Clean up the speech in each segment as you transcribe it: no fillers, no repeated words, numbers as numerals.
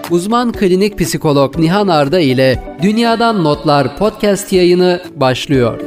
Uzman klinik psikolog Nihan Arda ile Dünyadan Notlar podcast yayını başlıyor.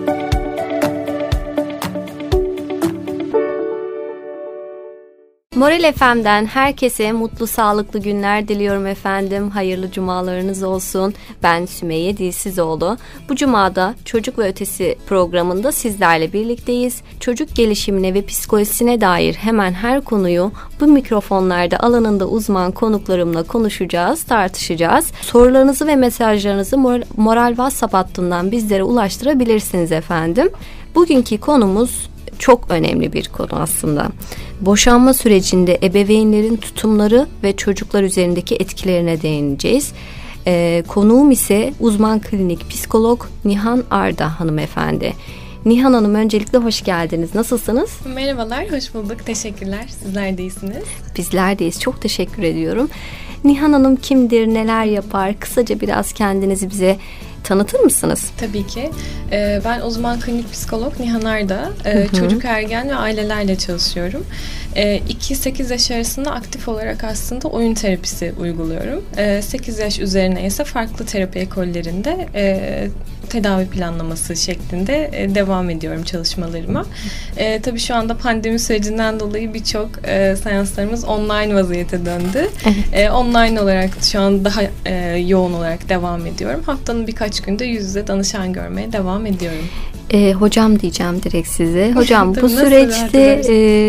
Moral FM'den herkese mutlu, sağlıklı günler diliyorum efendim. Hayırlı cumalarınız olsun. Ben Sümeyye Dilsizoğlu. Bu cumada Çocuk ve Ötesi programında sizlerle birlikteyiz. Çocuk gelişimine ve psikolojisine dair hemen her konuyu bu mikrofonlarda alanında uzman konuklarımla konuşacağız, tartışacağız. Sorularınızı ve mesajlarınızı Moral WhatsApp hattından bizlere ulaştırabilirsiniz efendim. Bugünkü konumuz çok önemli bir konu aslında. Boşanma sürecinde ebeveynlerin tutumları ve çocuklar üzerindeki etkilerine değineceğiz. Konuğum ise uzman klinik psikolog Nihan Arda hanımefendi. Nihan Hanım, öncelikle hoş geldiniz. Nasılsınız? Merhabalar, hoş bulduk. Teşekkürler. Sizler de iyisiniz. Bizler deyiz. Çok teşekkür ediyorum. Nihan Hanım kimdir, neler yapar? Kısaca biraz kendinizi bize tanıtır mısınız? Tabii ki. Ben uzman klinik psikolog Nihan Arda. Çocuk, ergen ve ailelerle çalışıyorum. 2-8 yaş arasında aktif olarak aslında oyun terapisi uyguluyorum. 8 yaş üzerine ise farklı terapi ekollerinde tedavi planlaması şeklinde devam ediyorum çalışmalarıma. Tabii şu anda pandemi sürecinden dolayı birçok seanslarımız online vaziyete döndü. Evet. Online olarak şu an daha yoğun olarak devam ediyorum. Haftanın birkaç günde yüz yüze danışan görmeye devam ediyorum. Hocam diyeceğim direkt size. Hocam bu süreçte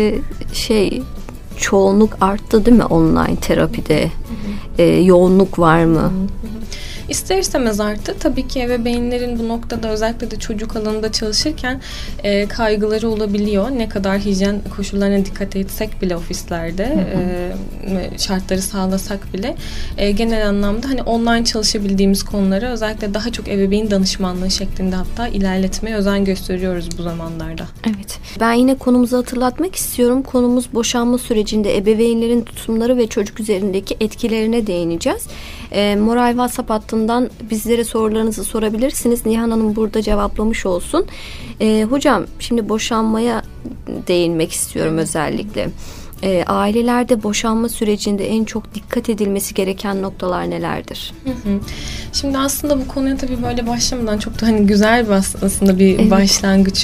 çoğunluk arttı değil mi online terapide? Yoğunluk var mı? İster istemez arttı. Tabii ki ebeveynlerin bu noktada özellikle de çocuk alanında çalışırken kaygıları olabiliyor. Ne kadar hijyen koşullarına dikkat etsek bile ofislerde şartları sağlasak bile genel anlamda hani online çalışabildiğimiz konuları özellikle daha çok ebeveyn danışmanlığı şeklinde hatta ilerletmeye özen gösteriyoruz bu zamanlarda. Evet. Ben yine konumuzu hatırlatmak istiyorum. Konumuz boşanma sürecinde ebeveynlerin tutumları ve çocuk üzerindeki etkilerine değineceğiz. Moral WhatsApp hattından bizlere sorularınızı sorabilirsiniz. Nihan Hanım burada cevaplamış olsun. Hocam şimdi boşanmaya değinmek istiyorum özellikle. Ailelerde boşanma sürecinde en çok dikkat edilmesi gereken noktalar nelerdir? Şimdi aslında bu konuya tabii böyle başlamadan çok da hani güzel bir aslında bir başlangıç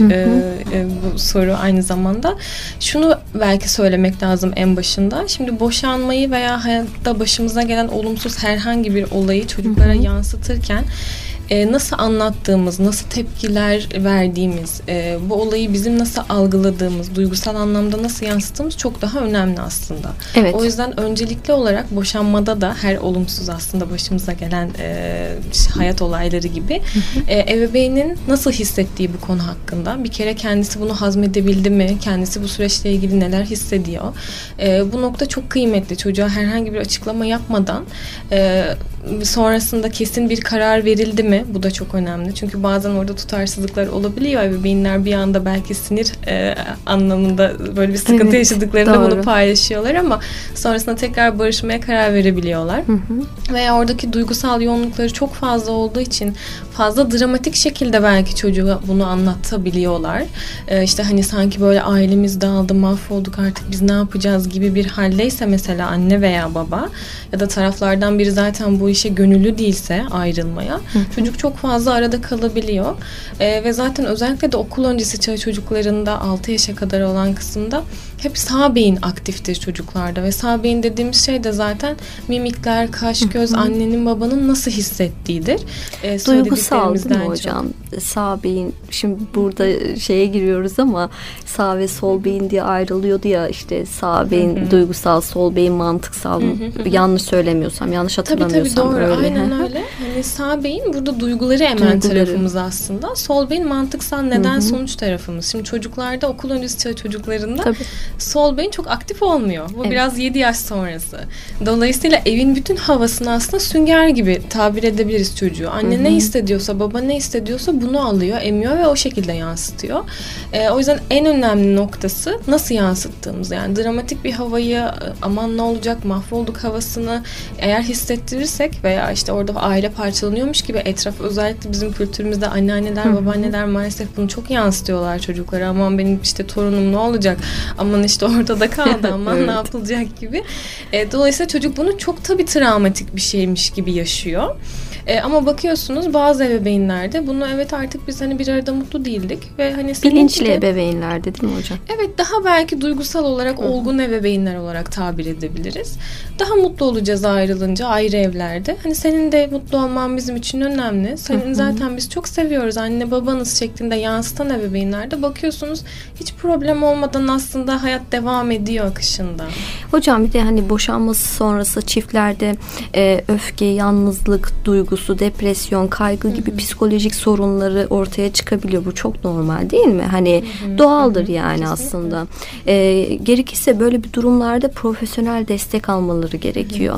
bu soru aynı zamanda. Şunu belki söylemek lazım en başında. Şimdi boşanmayı veya hayatta başımıza gelen olumsuz herhangi bir olayı çocuklara yansıtırken nasıl anlattığımız, nasıl tepkiler verdiğimiz, bu olayı bizim nasıl algıladığımız, duygusal anlamda nasıl yansıttığımız çok daha önemli aslında. Evet. O yüzden öncelikli olarak boşanmada da her olumsuz aslında başımıza gelen hayat olayları gibi ebeveynin nasıl hissettiği bu konu hakkında. Bir kere kendisi bunu hazmedebildi mi? Kendisi bu süreçle ilgili neler hissediyor? Bu nokta çok kıymetli. Çocuğa herhangi bir açıklama yapmadan sonrasında kesin bir karar verildi mi? Bu da çok önemli. Çünkü bazen orada tutarsızlıklar olabiliyor. Ebeveynler bir anda belki sinir anlamında böyle bir sıkıntı yaşadıklarında bunu paylaşıyorlar ama sonrasında tekrar barışmaya karar verebiliyorlar. Veya oradaki duygusal yoğunlukları çok fazla olduğu için fazla dramatik şekilde belki çocuğa bunu anlatabiliyorlar. İşte hani sanki böyle ailemiz dağıldı, mahvolduk, artık biz ne yapacağız gibi bir haldeyse mesela anne veya baba ya da taraflardan biri zaten bu işe gönüllü değilse ayrılmaya çocuk çok fazla arada kalabiliyor. Ve zaten özellikle de okul öncesi çağ çocuklarında 6 yaşa kadar olan kısımda hep sağ beyin aktiftir çocuklarda ve sağ beyin dediğimiz şey de zaten mimikler, kaş, göz, annenin babanın nasıl hissettiğidir. Duygusal değil mi hocam? Sağ beyin, şimdi burada şeye giriyoruz ama sağ ve sol beyin diye ayrılıyordu ya, işte sağ beyin duygusal, sol beyin mantıksal. Yanlış söylemiyorsam, yanlış hatırlamıyorsam. Tabii doğru, öyle. Aynen öyle. Hani sağ beyin burada duyguları emen tarafımız aslında. Sol beyin mantıksal neden sonuç tarafımız. Şimdi çocuklarda, okul öncesi çocuklarında sol beyin çok aktif olmuyor. Bu biraz 7 yaş sonrası. Dolayısıyla evin bütün havasını aslında sünger gibi tabir edebiliriz çocuğu. Anne ne hissediyorsa, baba ne hissediyorsa bunu alıyor, emiyor ve o şekilde yansıtıyor. O yüzden en önemli noktası nasıl yansıttığımız. Yani dramatik bir havayı, aman ne olacak, mahvolduk havasını eğer hissettirirsek veya işte orada aile parçalanıyormuş gibi etraf, özellikle bizim kültürümüzde anneanneler, babaanneler maalesef bunu çok yansıtıyorlar çocuklara. Aman benim işte torunum ne olacak, aman zaman işte ortada kaldı ama Evet. ne yapılacak gibi. Dolayısıyla çocuk bunu çok tabii travmatik bir şeymiş gibi yaşıyor. Ama bakıyorsunuz bazı ebeveynlerde bunu evet artık biz hani bir arada mutlu değildik ve hani Bilinçli ebeveynlerde değil mi hocam? Evet, daha belki duygusal olarak olgun ebeveynler olarak tabir edebiliriz. Daha mutlu olacağız ayrılınca ayrı evlerde. Hani senin de mutlu olman bizim için önemli. Senin zaten biz çok seviyoruz, anne babanız şeklinde yansıtan ebeveynlerde bakıyorsunuz hiç problem olmadan aslında hayat devam ediyor akışında. Hocam bir de hani boşanması sonrası çiftlerde öfke, yalnızlık duygusu, depresyon, kaygı gibi psikolojik sorunları ortaya çıkabiliyor. Bu çok normal değil mi? Hani doğaldır yani kesinlikle. Aslında. Gerekirse böyle bir durumlarda profesyonel destek almaları gerekiyor.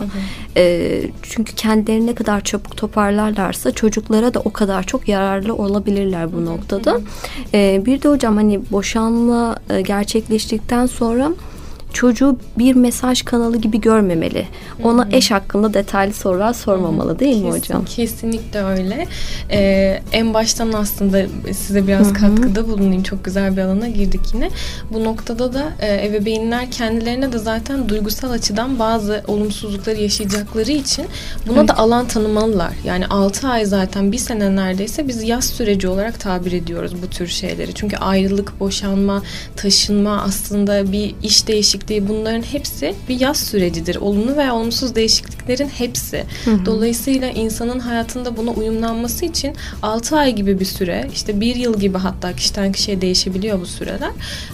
Çünkü kendilerini ne kadar çabuk toparlarlarsa çocuklara da o kadar çok yararlı olabilirler bu noktada. Bir de hocam hani boşanma gerçekleştikten sonra çocuğu bir mesaj kanalı gibi görmemeli. Ona eş hakkında detaylı sorular sormamalı değil mi hocam? Kesinlikle öyle. En baştan aslında size biraz katkıda bulunayım. Çok güzel bir alana girdik yine. Bu noktada da ebeveynler kendilerine de zaten duygusal açıdan bazı olumsuzlukları yaşayacakları için buna da alan tanımalılar. Yani 6 ay zaten 1 sene neredeyse biz yaz süreci olarak tabir ediyoruz bu tür şeyleri. Çünkü ayrılık, boşanma, taşınma aslında bir iş değişikliği, bunların hepsi bir yaz sürecidir. Olumlu veya olumsuz değişikliklerin hepsi. Dolayısıyla insanın hayatında buna uyumlanması için 6 ay gibi bir süre, işte 1 yıl gibi, hatta kişiden kişiye değişebiliyor bu süreler.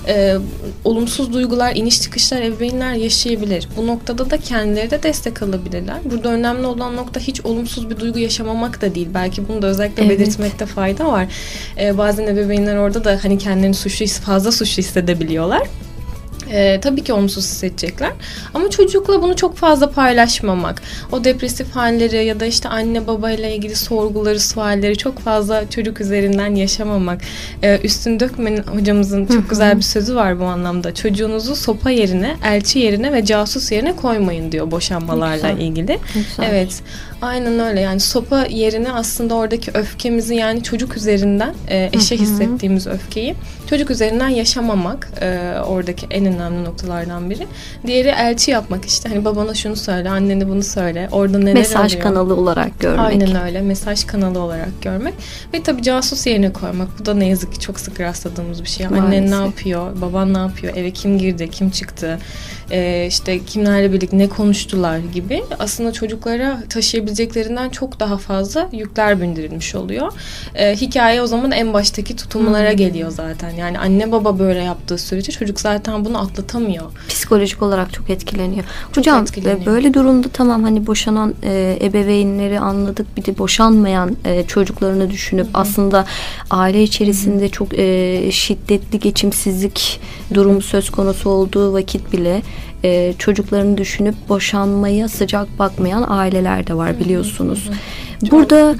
Olumsuz duygular, iniş çıkışlar ebeveynler yaşayabilir. Bu noktada da kendileri de destek alabilirler. Burada önemli olan nokta hiç olumsuz bir duygu yaşamamak da değil. Belki bunu da özellikle belirtmekte fayda var. Bazen ebeveynler orada da hani kendilerini fazla suçlu hissedebiliyorlar. Tabii ki olumsuz hissedecekler. Ama çocukla bunu çok fazla paylaşmamak, o depresif halleri ya da işte anne babayla ilgili sorguları, sualleri çok fazla çocuk üzerinden yaşamamak. Üstün Dökmen'in hocamızın çok güzel bir sözü var bu anlamda. Çocuğunuzu sopa yerine, elçi yerine ve casus yerine koymayın diyor boşanmalarla ilgili. Güzel. Evet. Aynen öyle. Yani sopa yerine aslında oradaki öfkemizi, yani çocuk üzerinden eşe hissettiğimiz öfkeyi çocuk üzerinden yaşamamak oradaki en önemli noktalardan biri. Diğeri elçi yapmak, işte hani babana şunu söyle, annene bunu söyle, orada neler mesaj oluyor. Kanalı olarak görmek. Aynen öyle. Mesaj kanalı olarak görmek ve tabii casus yerine koymak. Bu da ne yazık ki çok sık rastladığımız bir şey. Maalesef. Annen ne yapıyor? Baban ne yapıyor? Eve kim girdi? Kim çıktı? İşte kimlerle birlikte ne konuştular gibi. Aslında çocuklara taşıyabileceklerinden çok daha fazla yükler bindirilmiş oluyor. Hikaye o zaman en baştaki tutumlara geliyor zaten. Yani anne baba böyle yaptığı sürece çocuk zaten bunu atlatamıyor. Psikolojik olarak çok etkileniyor. Hocam böyle durumda tamam hani boşanan ebeveynleri anladık. Bir de boşanmayan çocuklarını düşünüp aslında aile içerisinde çok şiddetli geçimsizlik durumu söz konusu olduğu vakit bile çocuklarını düşünüp boşanmaya sıcak bakmayan aileler de var biliyorsunuz. Burada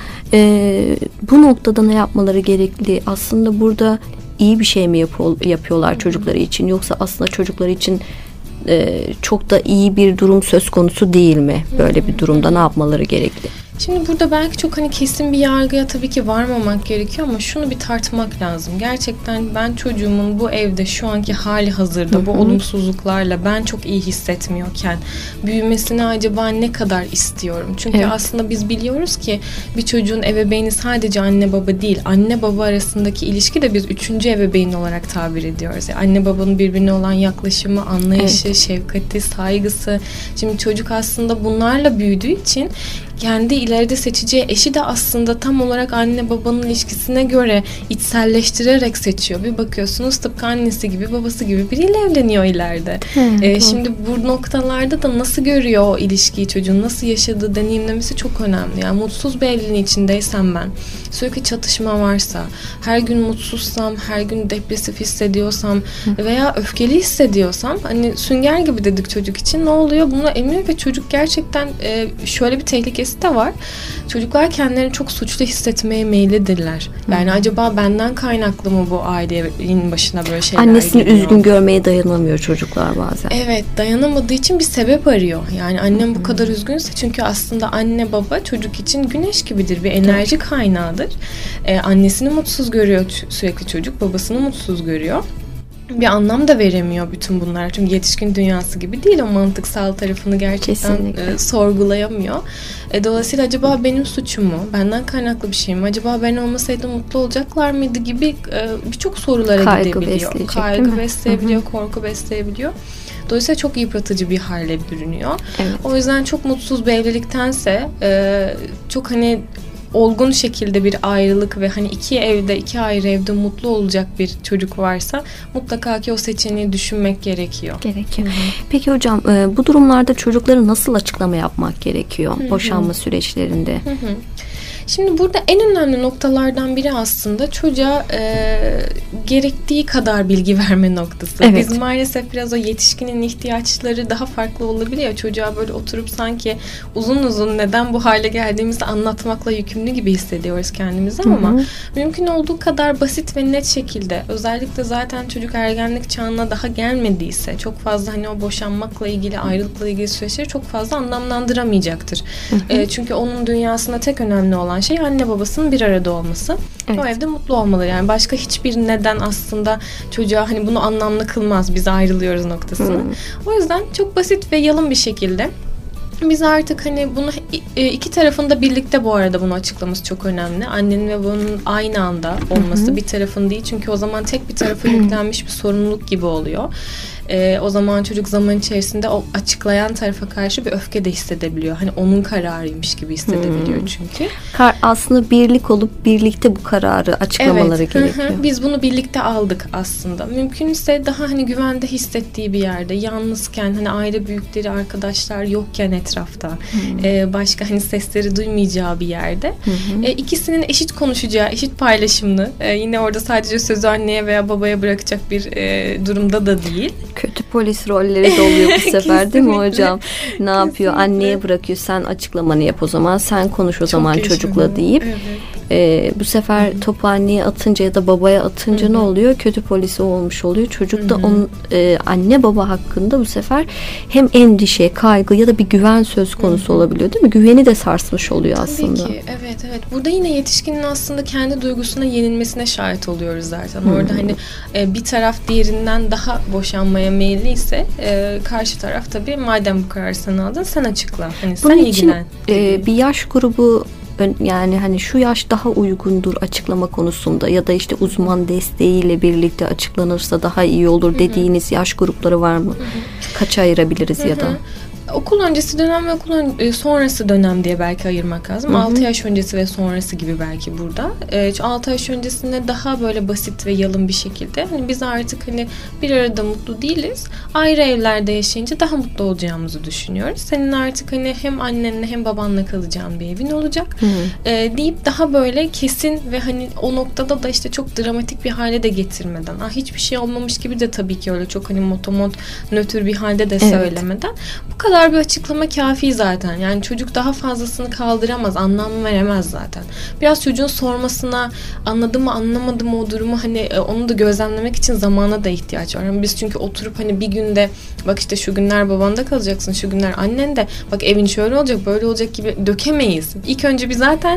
bu noktada ne yapmaları gerekli? Aslında burada iyi bir şey mi yapıyorlar çocukları için, yoksa aslında çocukları için çok da iyi bir durum söz konusu değil mi? Böyle bir durumda ne yapmaları gerekli? Şimdi burada belki çok hani kesin bir yargıya tabii ki varmamak gerekiyor ama şunu bir tartmak lazım. Gerçekten ben çocuğumun bu evde şu anki hali hazırda bu olumsuzluklarla ben çok iyi hissetmiyorken büyümesini acaba ne kadar istiyorum? Çünkü aslında biz biliyoruz ki bir çocuğun ebeveyni sadece anne baba değil. Anne baba arasındaki ilişki de biz 3. ebeveyn olarak tabir ediyoruz. Yani anne babanın birbirine olan yaklaşımı, anlayışı, şefkati, saygısı. Şimdi çocuk aslında bunlarla büyüdüğü için kendi ileride seçeceği eşi de aslında tam olarak anne babanın ilişkisine göre içselleştirerek seçiyor. Bir bakıyorsunuz tıpkı annesi gibi, babası gibi biriyle evleniyor ileride. Şimdi bu noktalarda da nasıl görüyor o ilişkiyi çocuğun, nasıl yaşadığı deneyimlemesi çok önemli. Yani mutsuz bir evliliğin içindeysem ben, sürekli çatışma varsa, her gün mutsuzsam, her gün depresif hissediyorsam veya öfkeli hissediyorsam, hani sünger gibi dedik çocuk için, ne oluyor? Buna eminim ve çocuk gerçekten şöyle bir tehlikesi de var. Çocuklar kendilerini çok suçlu hissetmeye meyillidirler. Yani acaba benden kaynaklı mı bu ailenin başına böyle şeyler annesini geliyor? Üzgün görmeye dayanamıyor çocuklar bazen. Evet, dayanamadığı için bir sebep arıyor. Yani annem bu kadar üzgünse, çünkü aslında anne baba çocuk için güneş gibidir, bir enerji kaynağıdır. Annesini mutsuz görüyor sürekli çocuk, babasını mutsuz görüyor. bir anlam da veremiyor bütün bunlar. Çünkü yetişkin dünyası gibi değil, o mantıksal tarafını gerçekten sorgulayamıyor. Dolayısıyla acaba benim suçum mu? Benden kaynaklı bir şey mi? Acaba ben olmasaydım mutlu olacaklar mıydı gibi birçok sorulara gidebiliyor. Kaygı besleyebiliyor, korku besleyebiliyor. Dolayısıyla çok yıpratıcı bir hale bürünüyor. Evet. O yüzden çok mutsuz bir evliliktense çok hani olgun şekilde bir ayrılık ve hani iki ayrı evde mutlu olacak bir çocuk varsa mutlaka ki o seçeneği düşünmek gerekiyor. Peki hocam, bu durumlarda çocuklara nasıl açıklama yapmak gerekiyor boşanma süreçlerinde? Şimdi burada en önemli noktalardan biri aslında çocuğa gerektiği kadar bilgi verme noktası. Evet. Biz maalesef biraz o yetişkinin ihtiyaçları daha farklı olabiliyor. Çocuğa böyle oturup sanki uzun uzun neden bu hale geldiğimizi anlatmakla yükümlü gibi hissediyoruz kendimizi, ama mümkün olduğu kadar basit ve net şekilde, özellikle zaten çocuk ergenlik çağına daha gelmediyse çok fazla hani o boşanmakla ilgili, ayrılıkla ilgili süreçleri çok fazla anlamlandıramayacaktır. Çünkü onun dünyasında tek önemli olan şey anne babasının bir arada olması. Evet. O evde mutlu olmaları. Yani başka hiçbir neden aslında çocuğa hani bunu anlamlı kılmaz, biz ayrılıyoruz noktasını. O yüzden çok basit ve yalın bir şekilde biz artık hani bunu iki tarafın da birlikte, bu arada bunu açıklaması çok önemli. Annenin ve babanın aynı anda olması, bir tarafın değil. Çünkü o zaman tek bir tarafa yüklenmiş bir sorumluluk gibi oluyor. O zaman çocuk zaman içerisinde o açıklayan tarafa karşı bir öfke de hissedebiliyor. Hani onun kararıymış gibi hissedebiliyor çünkü. Aslında birlik olup birlikte bu kararı açıklamaları gerekiyor. Biz bunu birlikte aldık aslında. Mümkünse daha hani güvende hissettiği bir yerde, yalnızken, hani aile büyükleri, arkadaşlar yokken etrafta, başka hani sesleri duymayacağı bir yerde. İkisinin eşit konuşacağı, eşit paylaşımlı, yine orada sadece sözü anneye veya babaya bırakacak bir durumda da değil. Kötü polis rolleri de oluyor bu sefer değil mi hocam? Ne yapıyor? Anneye bırakıyor. Sen açıklamanı yap o zaman. Sen konuş o zaman çocukla deyip. Bu sefer topu anneye atınca ya da babaya atınca ne oluyor? Kötü polisi olmuş oluyor. Çocuk da onun anne baba hakkında bu sefer hem endişe, kaygı ya da bir güven söz konusu olabiliyor değil mi? Güveni de sarsmış oluyor aslında. Tabii ki. Evet. Burada yine yetişkinin aslında kendi duygusuna yenilmesine şahit oluyoruz zaten. Orada hani bir taraf diğerinden daha boşanmaya meyilliyse karşı taraf tabii madem bu kararı sen aldın, sen açıkla. Hani bunun sen için ilgilen. Bir yaş grubu, yani hani şu yaş daha uygundur açıklama konusunda ya da işte uzman desteğiyle birlikte açıklanırsa daha iyi olur dediğiniz yaş grupları var mı? Kaça ayırabiliriz ya da? Okul öncesi dönem ve okul sonrası dönem diye belki ayırmak lazım. 6 yaş öncesi ve sonrası gibi belki burada. 6 yaş öncesinde daha böyle basit ve yalın bir şekilde hani biz artık hani bir arada mutlu değiliz. Ayrı evlerde yaşayınca daha mutlu olacağımızı düşünüyoruz. Senin artık hani hem annenle hem babanla kalacağın bir evin olacak. Deyip daha böyle kesin ve hani o noktada da işte çok dramatik bir hale de getirmeden, hiçbir şey olmamış gibi de tabii ki öyle çok hani motomot nötr bir halde de söylemeden bu kadar bir açıklama kafi zaten. Yani çocuk daha fazlasını kaldıramaz, anlam veremez zaten. Biraz çocuğun sormasına, anladım mı anlamadım mı o durumu, hani onu da gözlemlemek için zamana da ihtiyaç var. Yani biz çünkü oturup hani bir günde bak işte şu günler babanda kalacaksın, şu günler annende, bak evin şöyle olacak, böyle olacak gibi dökemeyiz. İlk önce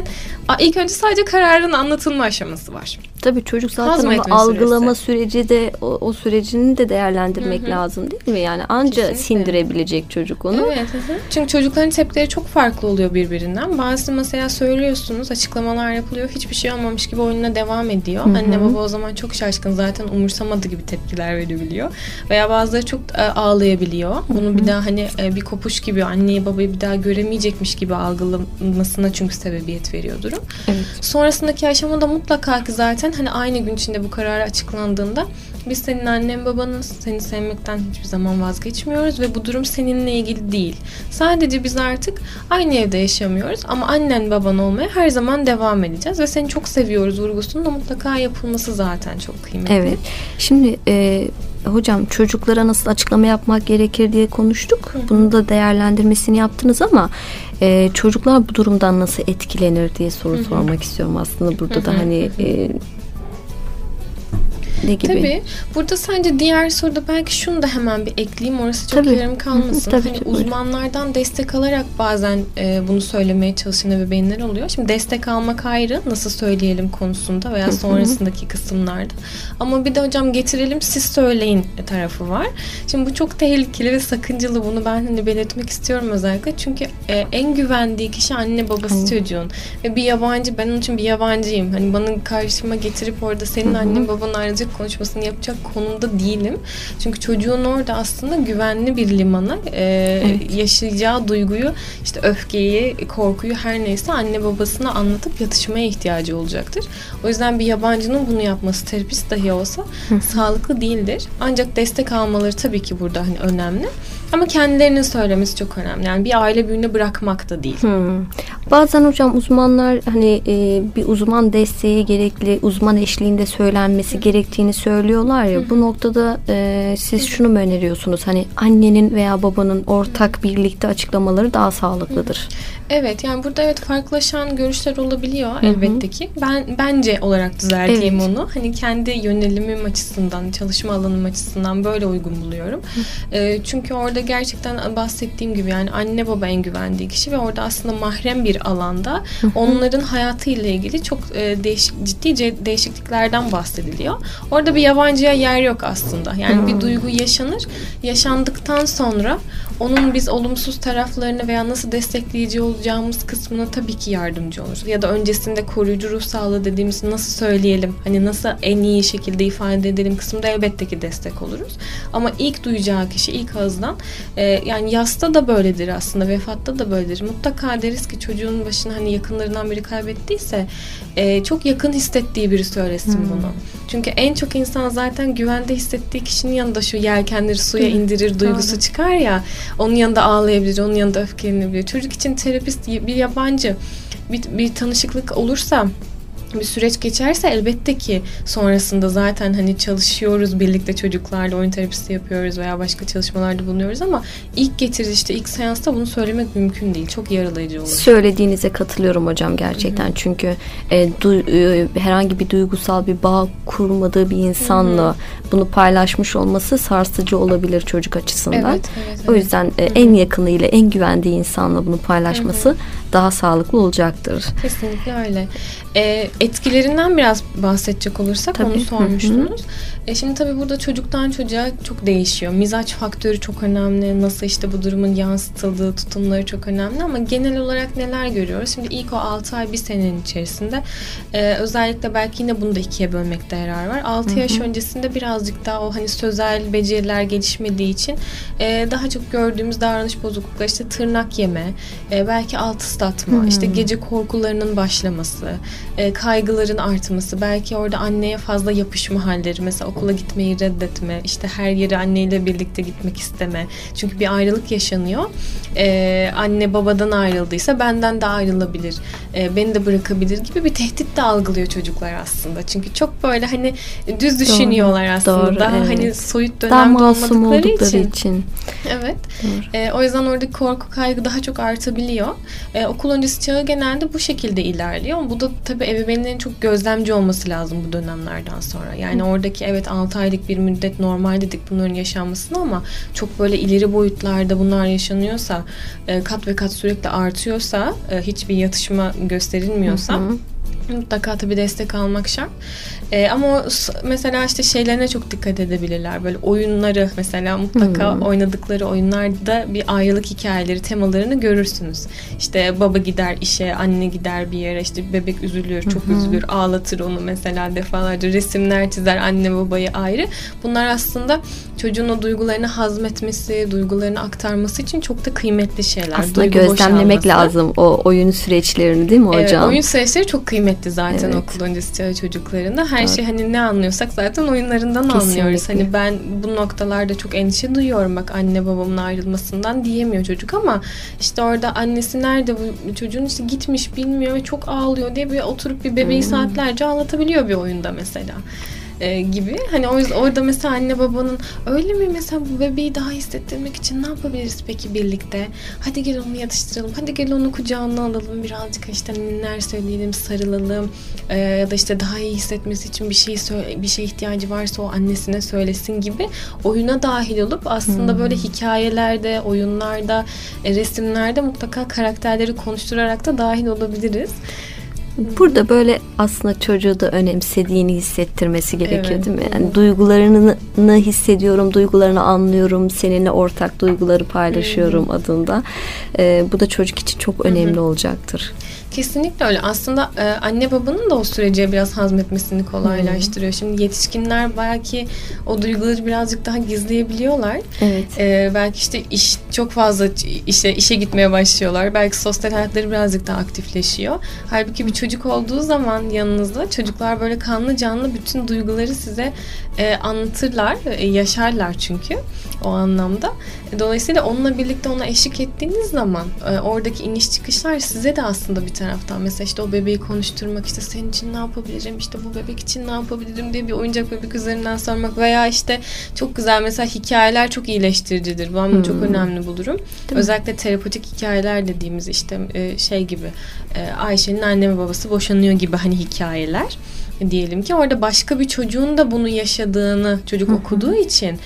sadece kararın anlatılma aşaması var. Tabii çocuk zaten onu algılama süreci de o sürecini de değerlendirmek lazım değil mi? Yani anca sindirebilecek çocuk onu. Evet. Çünkü çocukların tepkileri çok farklı oluyor birbirinden. Bazı mesela söylüyorsunuz, açıklamalar yapılıyor, hiçbir şey olmamış gibi oyununa devam ediyor. Anne baba o zaman çok şaşkın, zaten umursamadı gibi tepkiler verebiliyor. Veya bazıları çok ağlayabiliyor. Bunu bir daha hani bir kopuş gibi, anneyi babayı bir daha göremeyecekmiş gibi algılamasına çünkü sebebiyet veriyor durum. Evet. Sonrasındaki aşamada mutlaka ki zaten hani aynı gün içinde bu karar açıklandığında biz senin annen babanız, seni sevmekten hiçbir zaman vazgeçmiyoruz ve bu durum seninle ilgili değil. Sadece biz artık aynı evde yaşamıyoruz ama annen baban olmaya her zaman devam edeceğiz ve seni çok seviyoruz vurgusunun da mutlaka yapılması zaten çok kıymetli. Evet. Şimdi hocam çocuklara nasıl açıklama yapmak gerekir diye konuştuk. Bunun da değerlendirmesini yaptınız ama çocuklar bu durumdan nasıl etkilenir diye sormak istiyorum aslında burada da hani Ne gibi? Tabii. Burada sence diğer soruda belki şunu da hemen bir ekleyeyim. Orası çok yarım kalmasın. Tabii, hani uzmanlardan destek alarak bazen bunu söylemeye çalışan ebeveynler oluyor. Şimdi destek almak ayrı, nasıl söyleyelim konusunda veya sonrasındaki kısımlarda. Ama bir de hocam getirelim siz söyleyin tarafı var. Şimdi bu çok tehlikeli ve sakıncalı. Bunu ben hani belirtmek istiyorum özellikle. Çünkü en güvendiği kişi anne babası çocuğun. Ve bir yabancı, ben onun için bir yabancıyım. Hani bana karşıma getirip orada senin annen babanın ayrıcılık konuşmasını yapacak konumda değilim. Çünkü çocuğun orada aslında güvenli bir limana yaşayacağı duyguyu, işte öfkeyi, korkuyu her neyse anne babasına anlatıp yatışmaya ihtiyacı olacaktır. O yüzden bir yabancının bunu yapması, terapist dahi olsa sağlıklı değildir. Ancak destek almaları tabii ki burada hani önemli. Ama kendilerinin söylemesi çok önemli. Yani bir aile büyüğüne bırakmak da değil. Bazen hocam uzmanlar hani bir uzman desteği gerekli, uzman eşliğinde söylenmesi gerektiğini söylüyorlar ya. Bu noktada siz şunu mu öneriyorsunuz? Hani annenin veya babanın ortak birlikte açıklamaları daha sağlıklıdır. Evet, yani burada farklılaşan görüşler olabiliyor elbette ki. Bence olarak düzelteyim onu. Hani kendi yönelimim açısından, çalışma alanım açısından böyle uygun buluyorum. Çünkü orada gerçekten bahsettiğim gibi yani anne baba en güvendiği kişi ve orada aslında mahrem bir alanda onların hayatıyla ilgili çok ciddi değişikliklerden bahsediliyor. Orada bir yabancıya yer yok aslında. Yani bir duygu yaşanır. Yaşandıktan sonra onun biz olumsuz taraflarını veya nasıl destekleyici olacağımız kısmına tabii ki yardımcı oluruz. Ya da öncesinde koruyucu ruh sağlığı dediğimiz nasıl söyleyelim, hani nasıl en iyi şekilde ifade edelim kısmında elbette ki destek oluruz. Ama ilk duyacağı kişi ilk ağızdan yani yasta da böyledir aslında, vefatta da böyledir. Mutlaka deriz ki çocuğun başına hani yakınlarından biri kaybettiyse çok yakın hissettiği biri söylesin bunu. Çünkü en çok insan zaten güvende hissettiği kişinin yanında şu yelkenleri suya indirir duygusu çıkar ya, onun yanında ağlayabilir, onun yanında öfkelenebilir. Çocuk için terapist bir yabancı, bir tanışıklık olursa, bir süreç geçerse elbette ki sonrasında zaten hani çalışıyoruz birlikte çocuklarla, oyun terapisi yapıyoruz veya başka çalışmalarda bulunuyoruz ama ilk getirişte, ilk seansta bunu söylemek mümkün değil. Çok yaralayıcı olur. Söylediğinize katılıyorum hocam gerçekten. Çünkü herhangi bir duygusal bir bağ kurmadığı bir insanla bunu paylaşmış olması sarsıcı olabilir çocuk açısından. Evet. O yüzden en yakınıyla, en güvendiği insanla bunu paylaşması daha sağlıklı olacaktır. Kesinlikle öyle. Etkilerinden biraz bahsedecek olursak onu sormuştunuz. Şimdi tabii burada çocuktan çocuğa çok değişiyor. Mizaç faktörü çok önemli. Nasıl işte bu durumun yansıtıldığı tutumları çok önemli ama genel olarak neler görüyoruz? Şimdi ilk o 6 ay, bir senenin içerisinde özellikle belki yine bunu da ikiye bölmekte yarar var. 6 yaş öncesinde birazcık daha o hani sözel beceriler gelişmediği için daha çok gördüğümüz davranış bozuklukları, işte tırnak yeme, belki alt ıslatma, işte gece korkularının başlaması, kaygıların artması, belki orada anneye fazla yapışma halleri, mesela okula gitmeyi reddetme, işte her yere anneyle birlikte gitmek isteme. Çünkü bir ayrılık yaşanıyor. Anne babadan ayrıldıysa benden de ayrılabilir, beni de bırakabilir gibi bir tehdit de algılıyor çocuklar aslında. Çünkü çok böyle hani düz düşünüyorlar aslında. Doğru, evet. Hani soyut dönemde olmadıkları için. Evet. O yüzden oradaki korku, kaygı daha çok artabiliyor. Okul öncesi çağı genelde bu şekilde ilerliyor. Bu da tabii ebeveynlerin çok gözlemci olması lazım bu dönemlerden sonra. Yani oradaki 6 aylık bir müddet normal dedik bunların yaşanmasını ama çok böyle ileri boyutlarda bunlar yaşanıyorsa, kat ve kat sürekli artıyorsa, hiçbir yatışma gösterilmiyorsa mutlaka tabii destek almak şart. Ama mesela işte şeylerine çok dikkat edebilirler. Böyle oyunları mesela mutlaka oynadıkları oyunlarda bir ayrılık hikayeleri, temalarını görürsünüz. İşte baba gider işe, anne gider bir yere, işte bebek üzülür, çok üzülür, ağlatır onu mesela defalarca, resimler çizer anne babayı ayrı. Bunlar aslında çocuğun o duygularını hazmetmesi, duygularını aktarması için çok da kıymetli şeyler. Aslında duygu gözlemlemek boşalması lazım o oyun süreçlerini, değil mi hocam? Evet, oyun süreçleri çok kıymetli zaten okul öncesi çocuklarında. Her şey hani ne anlıyorsak zaten oyunlarından anlıyoruz. Hani ben bu noktalarda çok endişe duyuyorum, bak anne babamın ayrılmasından diyemiyor çocuk ama işte orada annesi nerede, bu çocuğun işte gitmiş bilmiyor ve çok ağlıyor diye bir oturup bir bebeği saatlerce ağlatabiliyor bir oyunda mesela. gibi. Hani o yüzden orada mesela anne babanın öyle mi, mesela bu bebeği daha hissettirmek için ne yapabiliriz peki birlikte? Hadi gel onu yatıştıralım. Hadi gel onu kucağına alalım. Birazcık işte ninniler söyleyelim, sarılalım. Ya da işte daha iyi hissetmesi için bir şey ihtiyacı varsa o annesine söylesin gibi oyuna dahil olup aslında böyle hikayelerde, oyunlarda, resimlerde mutlaka karakterleri konuşturarak da dahil olabiliriz. Burada böyle aslında çocuğu da önemsediğini hissettirmesi gerekiyor, evet, değil mi? Yani duygularını hissediyorum, duygularını anlıyorum, seninle ortak duyguları paylaşıyorum adında. Bu da çocuk için çok önemli olacaktır. Kesinlikle öyle. Aslında anne babanın da o sürece biraz hazmetmesini kolaylaştırıyor. Şimdi yetişkinler belki o duyguları birazcık daha gizleyebiliyorlar. Evet. Belki işte çok fazla işe gitmeye başlıyorlar. Belki sosyal hayatları birazcık daha aktifleşiyor. Halbuki bir çocuk olduğu zaman yanınızda çocuklar böyle kanlı canlı bütün duyguları size anlatırlar, yaşarlar çünkü o anlamda. Dolayısıyla onunla birlikte ona eşlik ettiğiniz zaman oradaki iniş çıkışlar size de aslında bir taraftan mesela işte o bebeği konuşturmak, işte senin için ne yapabilirim, işte bu bebek için ne yapabilirim diye bir oyuncak bebek üzerinden sormak veya işte çok güzel mesela hikayeler çok iyileştiricidir. Ben bunu çok önemli bulurum. Özellikle terapötik hikayeler dediğimiz işte şey gibi Ayşe'nin anne ve babası boşanıyor gibi hani hikayeler. Diyelim ki orada başka bir çocuğun da bunu yaşadığını çocuk okuduğu için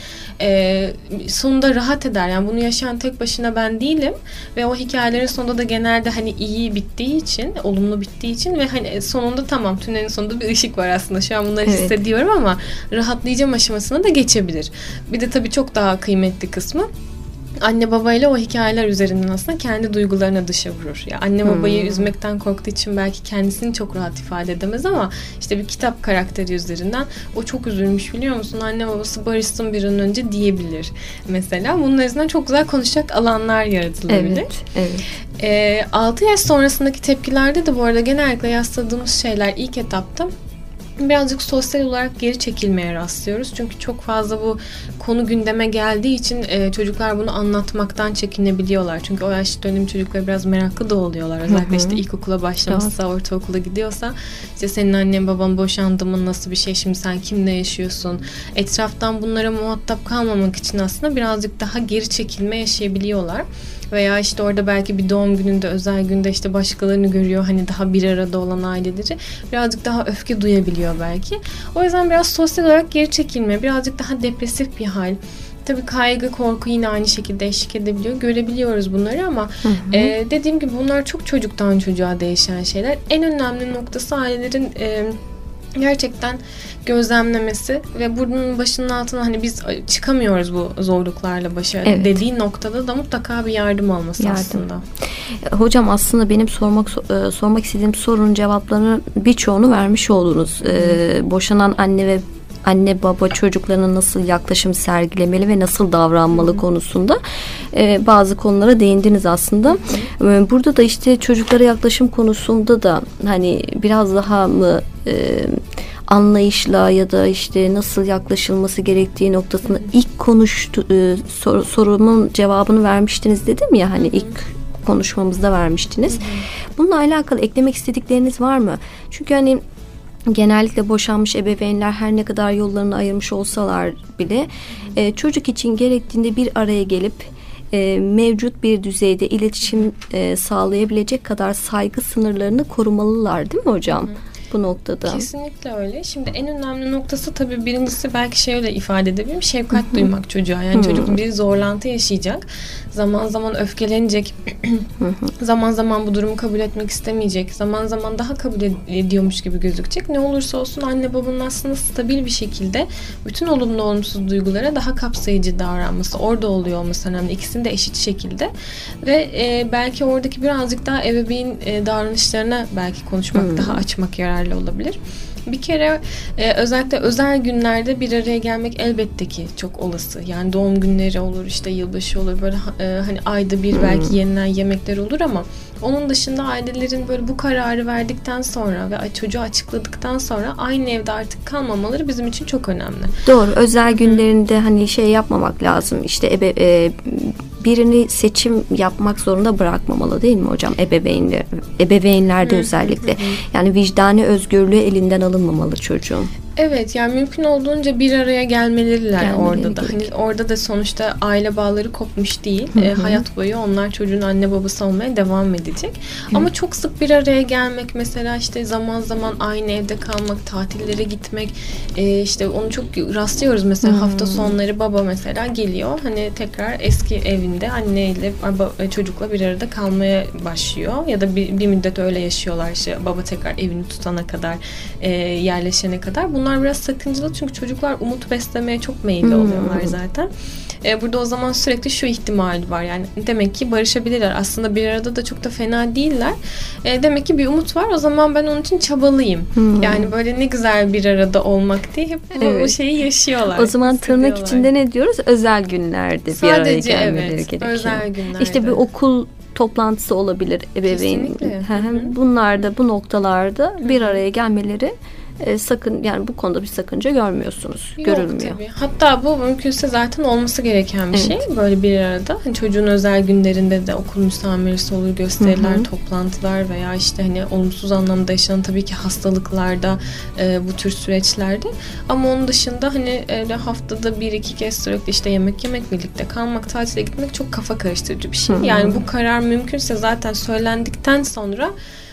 sonunda rahat eder. Yani bunu yaşayan tek başına ben değilim ve o hikayelerin sonunda da genelde hani iyi bittiği için, olumlu bittiği için ve hani sonunda tamam, tünelin sonunda bir ışık var aslında. Şu an bunları hissediyorum ama rahatlayacağım aşamasına da geçebilir. Bir de tabii çok daha kıymetli kısmı, anne babayla o hikayeler üzerinden aslında kendi duygularını dışa vurur. Ya anne babayı üzmekten korktuğu için belki kendisini çok rahat ifade edemez ama işte bir kitap karakteri üzerinden o çok üzülmüş biliyor musun? Anne babası barışsın bir an önce diyebilir. Mesela bunun üzerinden çok güzel konuşacak alanlar yaratılabilir. Evet. 6 yaş sonrasındaki tepkilerde de bu arada genellikle yasladığımız şeyler ilk etapta birazcık sosyal olarak geri çekilmeye rastlıyoruz. Çünkü çok fazla bu konu gündeme geldiği için çocuklar bunu anlatmaktan çekinebiliyorlar. Çünkü o yaş dönemi çocuklar biraz meraklı da oluyorlar. Özellikle işte ilkokula başlamışsa, ortaokula gidiyorsa işte senin annen baban boşandı mı, nasıl bir şey, şimdi sen kimle yaşıyorsun? Etraftan bunlara muhatap kalmamak için aslında birazcık daha geri çekilme yaşayabiliyorlar. Veya işte orada belki bir doğum gününde, özel günde işte başkalarını görüyor. Hani daha bir arada olan aileleri birazcık daha öfke duyabiliyor belki. O yüzden biraz sosyal olarak geri çekilme, birazcık daha depresif bir hal. Tabii kaygı, korku yine aynı şekilde eşlik edebiliyor. Görebiliyoruz bunları ama dediğim gibi bunlar çok çocuktan çocuğa değişen şeyler. En önemli noktası ailelerin gerçekten gözlemlemesi ve bunun başının altına hani biz çıkamıyoruz bu zorluklarla başa dediği noktada da mutlaka bir yardım alması aslında. Hocam aslında benim sormak istediğim sorunun cevaplarını birçoğunu vermiş oldunuz. Boşanan anne baba çocuklarına nasıl yaklaşım sergilemeli ve nasıl davranmalı konusunda bazı konulara değindiniz aslında. Burada da işte çocuklara yaklaşım konusunda da hani biraz daha mı anlayışla ya da işte nasıl yaklaşılması gerektiği noktasında ilk sorumun cevabını vermiştiniz dedim ya, hani ilk konuşmamızda vermiştiniz. Bununla alakalı eklemek istedikleriniz var mı? Çünkü hani genellikle boşanmış ebeveynler her ne kadar yollarını ayırmış olsalar bile çocuk için gerektiğinde bir araya gelip mevcut bir düzeyde iletişim sağlayabilecek kadar saygı sınırlarını korumalılar, değil mi hocam? Bu noktada. Kesinlikle öyle. Şimdi en önemli noktası tabii birincisi belki şöyle ifade edebilirim. Şefkat duymak çocuğa. Yani çocuk bir zorlantı yaşayacak. Zaman zaman öfkelenecek. Zaman zaman bu durumu kabul etmek istemeyecek. Zaman zaman daha kabul ediyormuş gibi gözükecek. Ne olursa olsun anne babanın aslında stabil bir şekilde bütün olumlu olumsuz duygulara daha kapsayıcı davranması, orada oluyor olması önemli. İkisini de eşit şekilde. Ve belki oradaki birazcık daha ebeveyn davranışlarına belki konuşmak, daha açmak yararlı olabilir. Bir kere özellikle özel günlerde bir araya gelmek elbette ki çok olası. Yani doğum günleri olur, işte yılbaşı olur, böyle hani ayda bir belki yenilen yemekler olur ama onun dışında ailelerin böyle bu kararı verdikten sonra ve çocuğa açıkladıktan sonra aynı evde artık kalmamaları bizim için çok önemli. Doğru. Özel günlerinde hani şey yapmamak lazım. İşte birini seçim yapmak zorunda bırakmamalı, değil mi hocam? Ebeveynlerde özellikle. Yani vicdani özgürlüğü elinden alınmamalı çocuğun. Evet, yani mümkün olduğunca bir araya gelmeleriler orada da. Hani orada da sonuçta aile bağları kopmuş değil. Hayat boyu onlar çocuğun anne babası olmaya devam edecek. Ama çok sık bir araya gelmek, mesela işte zaman zaman aynı evde kalmak, tatillere gitmek, işte onu çok rastlıyoruz mesela. Hafta sonları baba mesela geliyor, hani tekrar eski evinde anneyle çocukla bir arada kalmaya başlıyor ya da bir müddet öyle yaşıyorlar, işte baba tekrar evini tutana kadar, yerleşene kadar. Bunlar biraz sakıncalı çünkü çocuklar umut beslemeye çok meyilli oluyorlar zaten. Burada o zaman sürekli şu ihtimal var, yani demek ki barışabilirler. Aslında bir arada da çok da fena değiller. Demek ki bir umut var, o zaman ben onun için çabalayayım. Yani böyle ne güzel bir arada olmak diye hep bu şeyi yaşıyorlar. O zaman tırnak içinde ne diyoruz? Özel günlerde bir araya gelmeleri gerekiyor. Özel günlerde. İşte bir okul toplantısı olabilir ebeveyn. Bunlarda, bu noktalarda bir araya gelmeleri sakın, yani bu konuda bir sakınca görmüyorsunuz. Yok, görülmüyor. Tabii. Hatta bu mümkünse zaten olması gereken bir şey. Böyle bir arada. Hani çocuğun özel günlerinde de okul müsameresi olur, gösteriler, toplantılar veya işte hani olumsuz anlamda yaşanan tabii ki hastalıklarda, bu tür süreçlerde. Ama onun dışında hani haftada 1-2 kez sürekli işte yemek yemek, birlikte kalmak, tatile gitmek çok kafa karıştırıcı bir şey. Yani bu karar mümkünse zaten söylendikten sonra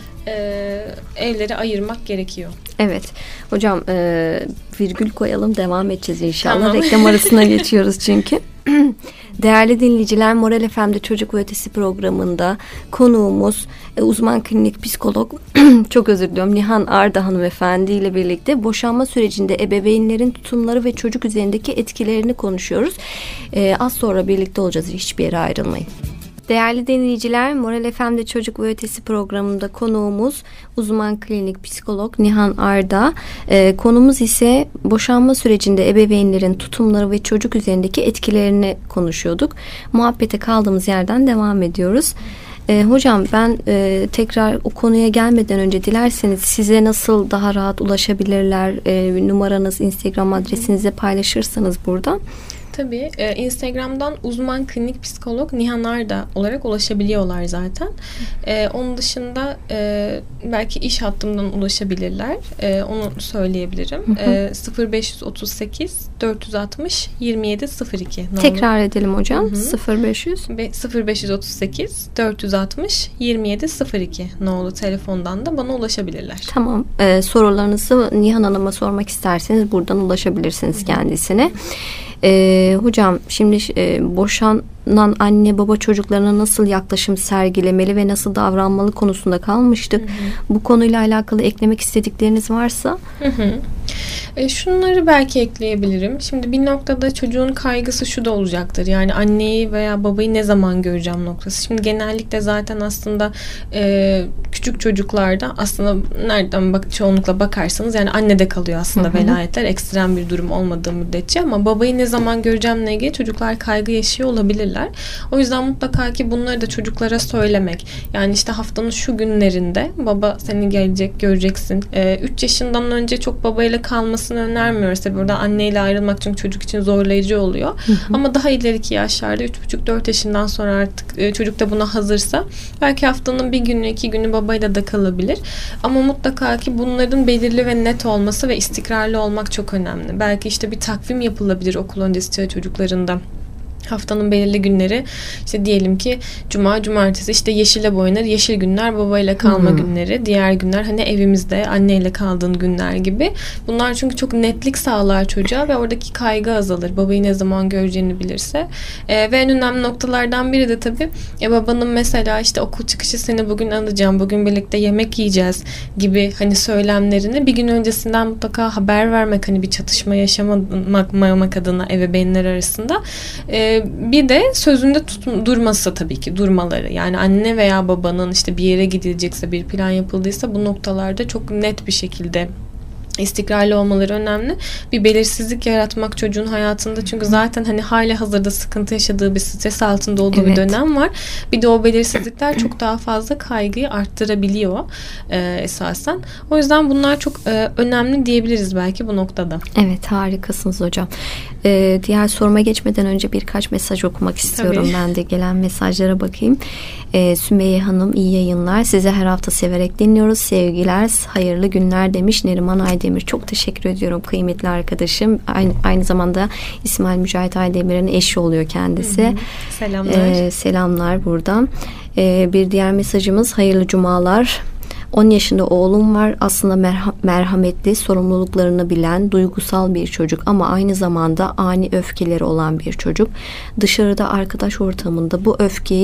evleri ayırmak gerekiyor. Evet. Hocam virgül koyalım, devam edeceğiz inşallah. Tamam. Reklam arasına geçiyoruz çünkü. Değerli dinleyiciler, Moral FM'de Çocuk ve Ötesi programında konuğumuz uzman klinik psikolog çok özür diliyorum, Nihan Arda hanımefendi ile birlikte boşanma sürecinde ebeveynlerin tutumları ve çocuk üzerindeki etkilerini konuşuyoruz. Az sonra birlikte olacağız. Hiçbir yere ayrılmayın. Değerli dinleyiciler, Moral FM'de Çocuk ve Ötesi programında konuğumuz uzman klinik psikolog Nihan Arda. Konumuz ise boşanma sürecinde ebeveynlerin tutumları ve çocuk üzerindeki etkilerini konuşuyorduk. Muhabbete kaldığımız yerden devam ediyoruz. Hocam ben tekrar o konuya gelmeden önce dilerseniz size nasıl daha rahat ulaşabilirler, numaranız, Instagram adresinizi paylaşırsanız buradan. Tabii. Instagram'dan uzman klinik psikolog Nihan Arda olarak ulaşabiliyorlar zaten. Onun dışında belki iş hattımdan ulaşabilirler. Onu söyleyebilirim. 0538 460 2702. Tekrar edelim hocam. 0538 460 2702 nolu telefondan da bana ulaşabilirler. Tamam. Sorularınızı Nihan Hanım'a sormak isterseniz buradan ulaşabilirsiniz kendisine. Hocam şimdi boşanan anne baba çocuklarına nasıl yaklaşım sergilemeli ve nasıl davranmalı konusunda kalmıştık. Bu konuyla alakalı eklemek istedikleriniz varsa. Şunları belki ekleyebilirim. Şimdi bir noktada çocuğun kaygısı şu da olacaktır. Yani anneyi veya babayı ne zaman göreceğim noktası. Şimdi genellikle zaten aslında küçük çocuklarda aslında nereden çoğunlukla bakarsanız yani annede kalıyor aslında velayetler. Ekstrem bir durum olmadığı müddetçe, ama babayı ne zaman göreceğimle ilgili çocuklar kaygı yaşıyor olabilirler. O yüzden mutlaka ki bunları da çocuklara söylemek. Yani işte haftanın şu günlerinde baba seni gelecek, göreceksin. 3 yaşından önce çok babayla kalmasını önermiyoruz. Tabii burada anneyle ayrılmak çünkü çocuk için zorlayıcı oluyor. Ama daha ileriki yaşlarda 3,5-4 yaşından sonra artık çocuk da buna hazırsa belki haftanın bir günü 2 günü babayla da kalabilir. Ama mutlaka ki bunların belirli ve net olması ve istikrarlı olmak çok önemli. Belki işte bir takvim yapılabilir okul öncesi çocuklarında. Haftanın belirli günleri, işte diyelim ki cuma, cumartesi işte yeşile boyanır, yeşil günler babayla kalma günleri, diğer günler hani evimizde anneyle kaldığın günler gibi. Bunlar çünkü çok netlik sağlar çocuğa ve oradaki kaygı azalır. Babayı ne zaman göreceğini bilirse. Ve en önemli noktalardan biri de tabii babanın mesela işte okul çıkışı seni bugün alacağım, bugün birlikte yemek yiyeceğiz gibi hani söylemlerini bir gün öncesinden mutlaka haber vermek, hani bir çatışma yaşamamak adına ebeveynler arasında. Bir de sözünde durması, tabii ki durmaları. Yani anne veya babanın işte bir yere gidilecekse, bir plan yapıldıysa bu noktalarda çok net bir şekilde istikrarlı olmaları önemli. Bir belirsizlik yaratmak çocuğun hayatında, çünkü zaten hani hali hazırda sıkıntı yaşadığı, bir stres altında olduğu bir dönem var. Bir de o belirsizlikler çok daha fazla kaygıyı arttırabiliyor esasen. O yüzden bunlar çok önemli diyebiliriz belki bu noktada. Evet, harikasınız hocam. Diğer soruma geçmeden önce birkaç mesaj okumak istiyorum. Tabii. Ben de gelen mesajlara bakayım. Sümeyye Hanım, iyi yayınlar. Sizi her hafta severek dinliyoruz. Sevgiler, hayırlı günler demiş Neriman Aydın Aydemir. Çok teşekkür ediyorum kıymetli arkadaşım. Aynı zamanda İsmail Mücahit Aydemir'in eşi oluyor kendisi. Selamlar. Selamlar buradan. Bir diğer mesajımız hayırlı cumalar. 10 yaşında oğlum var. Aslında merhametli, sorumluluklarını bilen, duygusal bir çocuk ama aynı zamanda ani öfkeleri olan bir çocuk. Dışarıda arkadaş ortamında bu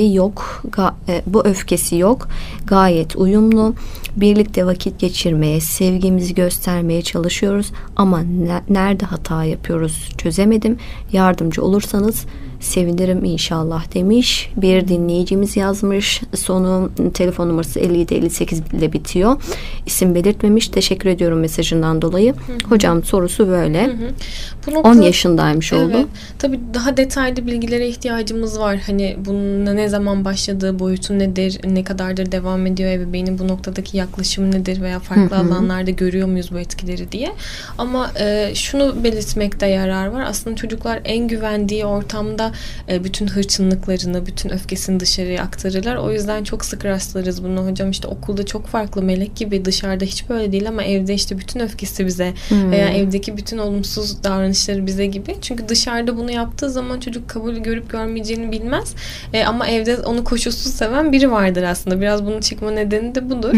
öfkesi yok. Gayet uyumlu. Birlikte vakit geçirmeye, sevgimizi göstermeye çalışıyoruz ama nerede hata yapıyoruz çözemedim. Yardımcı olursanız sevinirim inşallah demiş. Bir dinleyicimiz yazmış. Sonu telefon numarası 5758 ile bitiyor. İsim belirtmemiş. Teşekkür ediyorum mesajından dolayı. Hocam sorusu böyle. Bu noktada, 10 yaşındaymış oldu. Evet. Tabii daha detaylı bilgilere ihtiyacımız var. Hani bunun ne zaman başladığı, boyutu nedir, ne kadardır devam ediyor, ebeveynin bu noktadaki yaklaşımı nedir veya farklı alanlarda görüyor muyuz bu etkileri diye. Ama şunu belirtmekte yarar var. Aslında çocuklar en güvendiği ortamda bütün hırçınlıklarını, bütün öfkesini dışarıya aktarırlar. O yüzden çok sık rastlarız bunu. Hocam işte okulda çok farklı, melek gibi, dışarıda hiç böyle değil ama evde işte bütün öfkesi bize veya evdeki bütün olumsuz davranışları bize gibi. Çünkü dışarıda bunu yaptığı zaman çocuk kabul görüp görmeyeceğini bilmez. Ama evde onu koşulsuz seven biri vardır aslında. Biraz bunun çıkma nedeni de budur.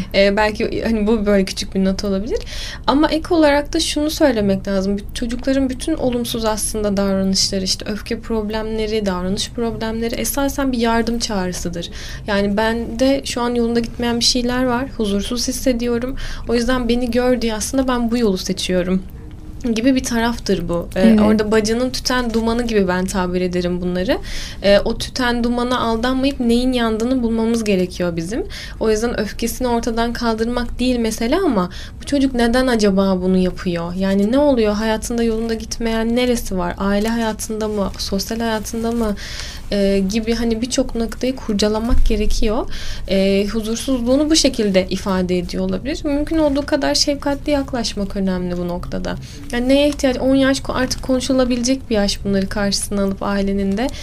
Belki hani bu böyle küçük bir not olabilir. Ama ek olarak da şunu söylemek lazım. Çocukların bütün olumsuz aslında davranışları, işte öfke problemleri, davranış problemleri esasen bir yardım çağrısıdır. Yani bende şu an yolunda gitmeyen bir şeyler var. Huzursuz hissediyorum. O yüzden beni gör diye aslında ben bu yolu seçiyorum gibi bir taraftır bu. Evet. Orada bacının tüten dumanı gibi ben tabir ederim bunları. O tüten dumana aldanmayıp neyin yandığını bulmamız gerekiyor bizim. O yüzden öfkesini ortadan kaldırmak değil mesele ama bu çocuk neden acaba bunu yapıyor? Yani ne oluyor? Hayatında yolunda gitmeyen neresi var? Aile hayatında mı? Sosyal hayatında mı? Gibi hani birçok noktayı kurcalamak gerekiyor. Huzursuzluğunu bu şekilde ifade ediyor olabilir. Mümkün olduğu kadar şefkatli yaklaşmak önemli bu noktada. Yani neye ihtiyaç? 10 yaş artık konuşulabilecek bir yaş, bunları karşısına alıp ailenin de.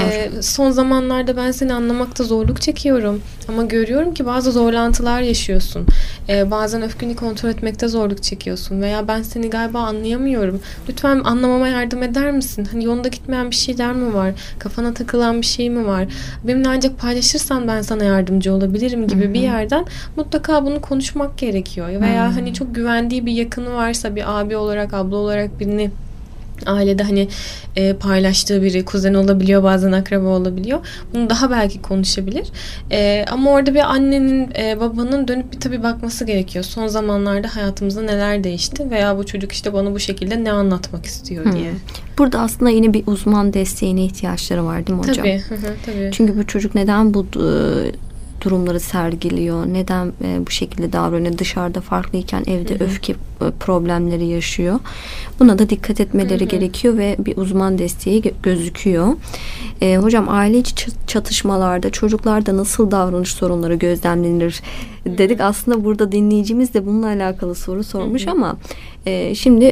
Son zamanlarda ben seni anlamakta zorluk çekiyorum. Ama görüyorum ki bazı zorlantılar yaşıyorsun. Bazen öfkeni kontrol etmekte zorluk çekiyorsun. Veya ben seni galiba anlayamıyorum. Lütfen anlamama yardım eder misin? Hani yolunda gitmeyen bir şeyler mi var? Kafana takılan bir şey mi var? Benimle ancak paylaşırsan ben sana yardımcı olabilirim gibi bir yerden mutlaka bunu konuşmak gerekiyor. Veya hani çok güvendiği bir yakını varsa, bir abi olarak, abla olarak birini ailede hani paylaştığı biri, kuzen olabiliyor, bazen akraba olabiliyor. Bunu daha belki konuşabilir. Ama orada bir annenin, babanın dönüp bir tabii bakması gerekiyor. Son zamanlarda hayatımızda neler değişti veya bu çocuk işte bana bu şekilde ne anlatmak istiyor diye. Burada aslında yine bir uzman desteğine ihtiyaçları var değil mi hocam? Tabii. Çünkü bu çocuk neden bu durumları sergiliyor? Neden bu şekilde davranıyor? Dışarıda farklıyken evde öfke problemleri yaşıyor. Buna da dikkat etmeleri gerekiyor ve bir uzman desteği gözüküyor. Hocam aile içi çatışmalarda çocuklarda nasıl davranış sorunları gözlemlenir dedik. Aslında burada dinleyicimiz de bununla alakalı soru sormuş ama şimdi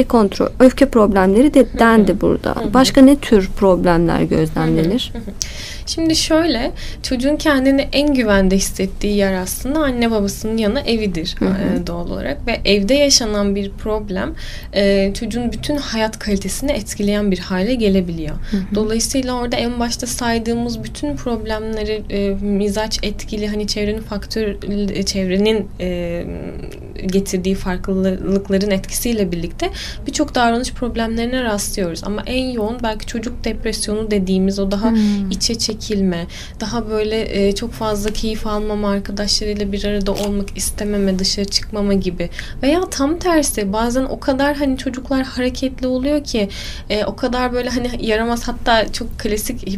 öfke problemleri de dendi burada. Başka ne tür problemler gözlemlenir? Şimdi şöyle, çocuğun kendini en güvende hissettiği yer aslında anne babasının yanı evidir doğal olarak ve evde yaşanan bir problem çocuğun bütün hayat kalitesini etkileyen bir hale gelebiliyor. Dolayısıyla orada en başta saydığımız bütün problemleri mizaç etkili, hani çevrenin getirdiği farklılıkların etkisiyle birlikte birçok davranış problemlerine rastlıyoruz. Ama en yoğun belki çocuk depresyonu dediğimiz o daha içe çekilme, daha böyle çok fazla keyif almama, arkadaşlarıyla bir arada olmak istememe, dışarı çıkmama gibi. Veya tam tersi, bazen o kadar hani çocuklar hareketli oluyor ki o kadar böyle hani yaramaz, hatta çok klasik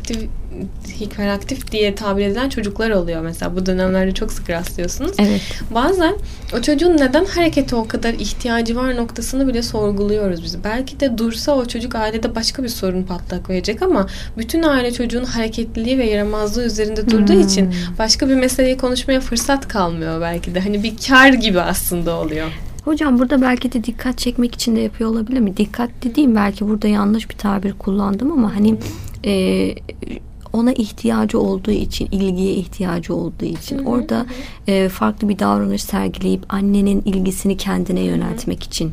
hiperaktif diye tabir edilen çocuklar oluyor mesela. Bu dönemlerde çok sık rastlıyorsunuz. Evet. Bazen o çocuğun neden harekete o kadar ihtiyacı var noktasını bile sorguluyoruz biz. Belki de dursa o çocuk ailede başka bir sorun patlak verecek ama bütün aile çocuğun hareketliliği ve yaramazlığı üzerinde durduğu için başka bir meseleyi konuşmaya fırsat kalmıyor belki de. Hani bir kar gibi aslında oluyor. Hocam burada belki de dikkat çekmek için de yapıyor olabilir mi? Dikkat dediğim belki burada yanlış bir tabir kullandım ama hani ona ihtiyacı olduğu için, ilgiye ihtiyacı olduğu için orada farklı bir davranış sergileyip annenin ilgisini kendine yöneltmek için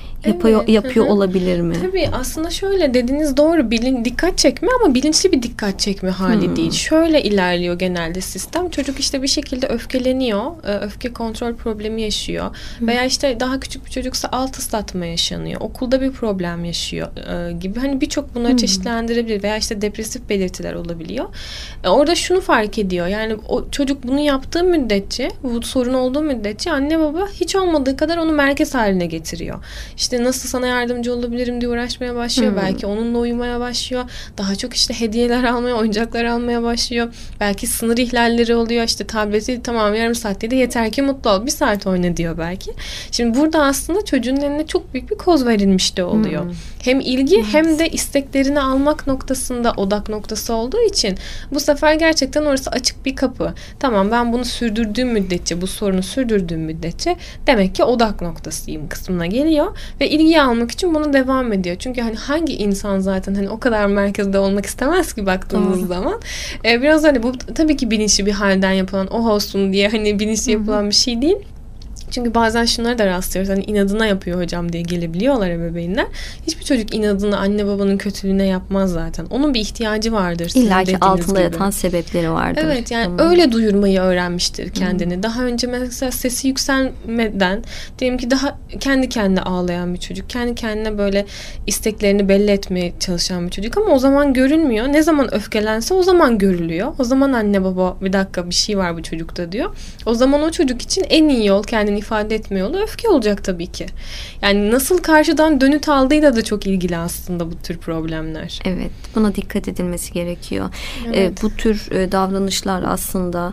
yapıyor olabilir mi? Tabii aslında şöyle dediğiniz doğru, dikkat çekme ama bilinçli bir dikkat çekme hali değil. Şöyle ilerliyor genelde sistem. Çocuk işte bir şekilde öfkeleniyor. Öfke kontrol problemi yaşıyor. Veya işte daha küçük bir çocuksa alt ıslatma yaşanıyor. Okulda bir problem yaşıyor gibi. Hani birçok bunları çeşitlendirebilir. Veya işte depresif belirtiler olabiliyor. Orada şunu fark ediyor. Yani o çocuk bunu yaptığı müddetçe, bu sorun olduğu müddetçe anne baba hiç olmadığı kadar onu merkez haline getiriyor. İşte nasıl sana yardımcı olabilirim diye uğraşmaya başlıyor. Belki onunla uyumaya başlıyor. Daha çok işte hediyeler almaya, oyuncaklar almaya başlıyor. Belki sınır ihlalleri oluyor. İşte tableti tamam yarım saatte de yeter ki mutlu ol. 1 saat oyna diyor belki. Şimdi burada aslında çocuğun eline çok büyük bir koz verilmiş de oluyor. Hem ilgi hem de isteklerini almak noktasında odak noktası olduğu için bu sefer gerçekten orası açık bir kapı. Tamam ben bunu sürdürdüğüm müddetçe, bu sorunu sürdürdüğüm müddetçe demek ki odak noktasıyım kısmına geliyor ve ilgiyi almak için buna devam ediyor. Çünkü hani hangi insan zaten hani o kadar merkezde olmak istemez ki baktığınız zaman. Biraz hani bu tabii ki bilinçli bir halden yapılan, o olsun diye hani bilinçli yapılan bir şey değil. Çünkü bazen şunları da rastlıyoruz. Hani inadına yapıyor hocam diye gelebiliyorlar ebeveynler. Hiçbir çocuk inadına anne babanın kötülüğüne yapmaz zaten. Onun bir ihtiyacı vardır. İlla ki altında yatan sebepleri vardır. Evet yani öyle duyurmayı öğrenmiştir kendini. Daha önce mesela sesi yükselmeden diyelim ki daha kendi kendine ağlayan bir çocuk. Kendi kendine böyle isteklerini belli etmeye çalışan bir çocuk ama o zaman görünmüyor. Ne zaman öfkelense o zaman görülüyor. O zaman anne baba bir dakika bir şey var bu çocukta diyor. O zaman o çocuk için en iyi yol kendini ifade etme yolu öfke olacak tabii ki. Yani nasıl karşıdan dönüt aldığıyla da çok ilgili aslında bu tür problemler. Evet, buna dikkat edilmesi gerekiyor. Evet. Bu tür davranışlar aslında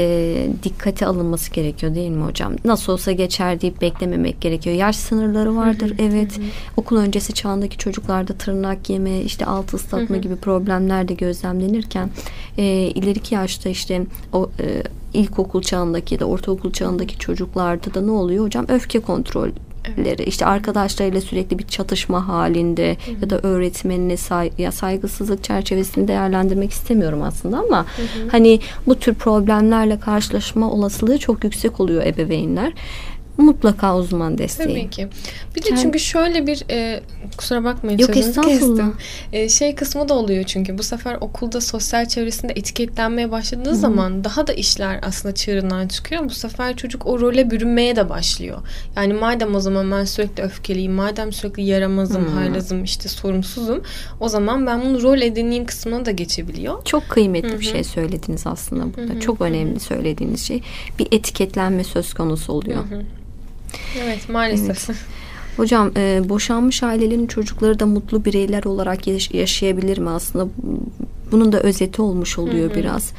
dikkate alınması gerekiyor değil mi hocam? Nasıl olsa geçer deyip beklememek gerekiyor. Yaş sınırları vardır. Evet. Okul öncesi çağındaki çocuklarda tırnak yeme, işte alt ıslatma gibi problemler de gözlemlenirken ileriki yaşta işte o ilkokul çağındaki ya da ortaokul çağındaki çocuklarda da ne oluyor hocam? Öfke kontrolleri, işte arkadaşlarıyla sürekli bir çatışma halinde ya da öğretmenine saygısızlık çerçevesini değerlendirmek istemiyorum aslında ama hani bu tür problemlerle karşılaşma olasılığı çok yüksek oluyor ebeveynler. Mutlaka uzman desteği. Tabii ki. Bir de çünkü şöyle bir kusura bakmayın yok, sözünüzü kestim. Kısmı da oluyor çünkü bu sefer okulda sosyal çevresinde etiketlenmeye başladığı zaman daha da işler aslında çığırından çıkıyor. Bu sefer çocuk o role bürünmeye de başlıyor. Yani madem o zaman ben sürekli öfkeliyim, madem sürekli yaramazım, haylazım, işte sorumsuzum, o zaman ben bunu rol edineyim kısmına da geçebiliyor. Çok kıymetli bir şey söylediniz aslında burada. Çok önemli söylediğiniz şey. Bir etiketlenme söz konusu oluyor. Evet maalesef. Evet. Hocam boşanmış ailelerin çocukları da mutlu bireyler olarak yaşayabilir mi aslında? Bunun da özeti olmuş oluyor biraz.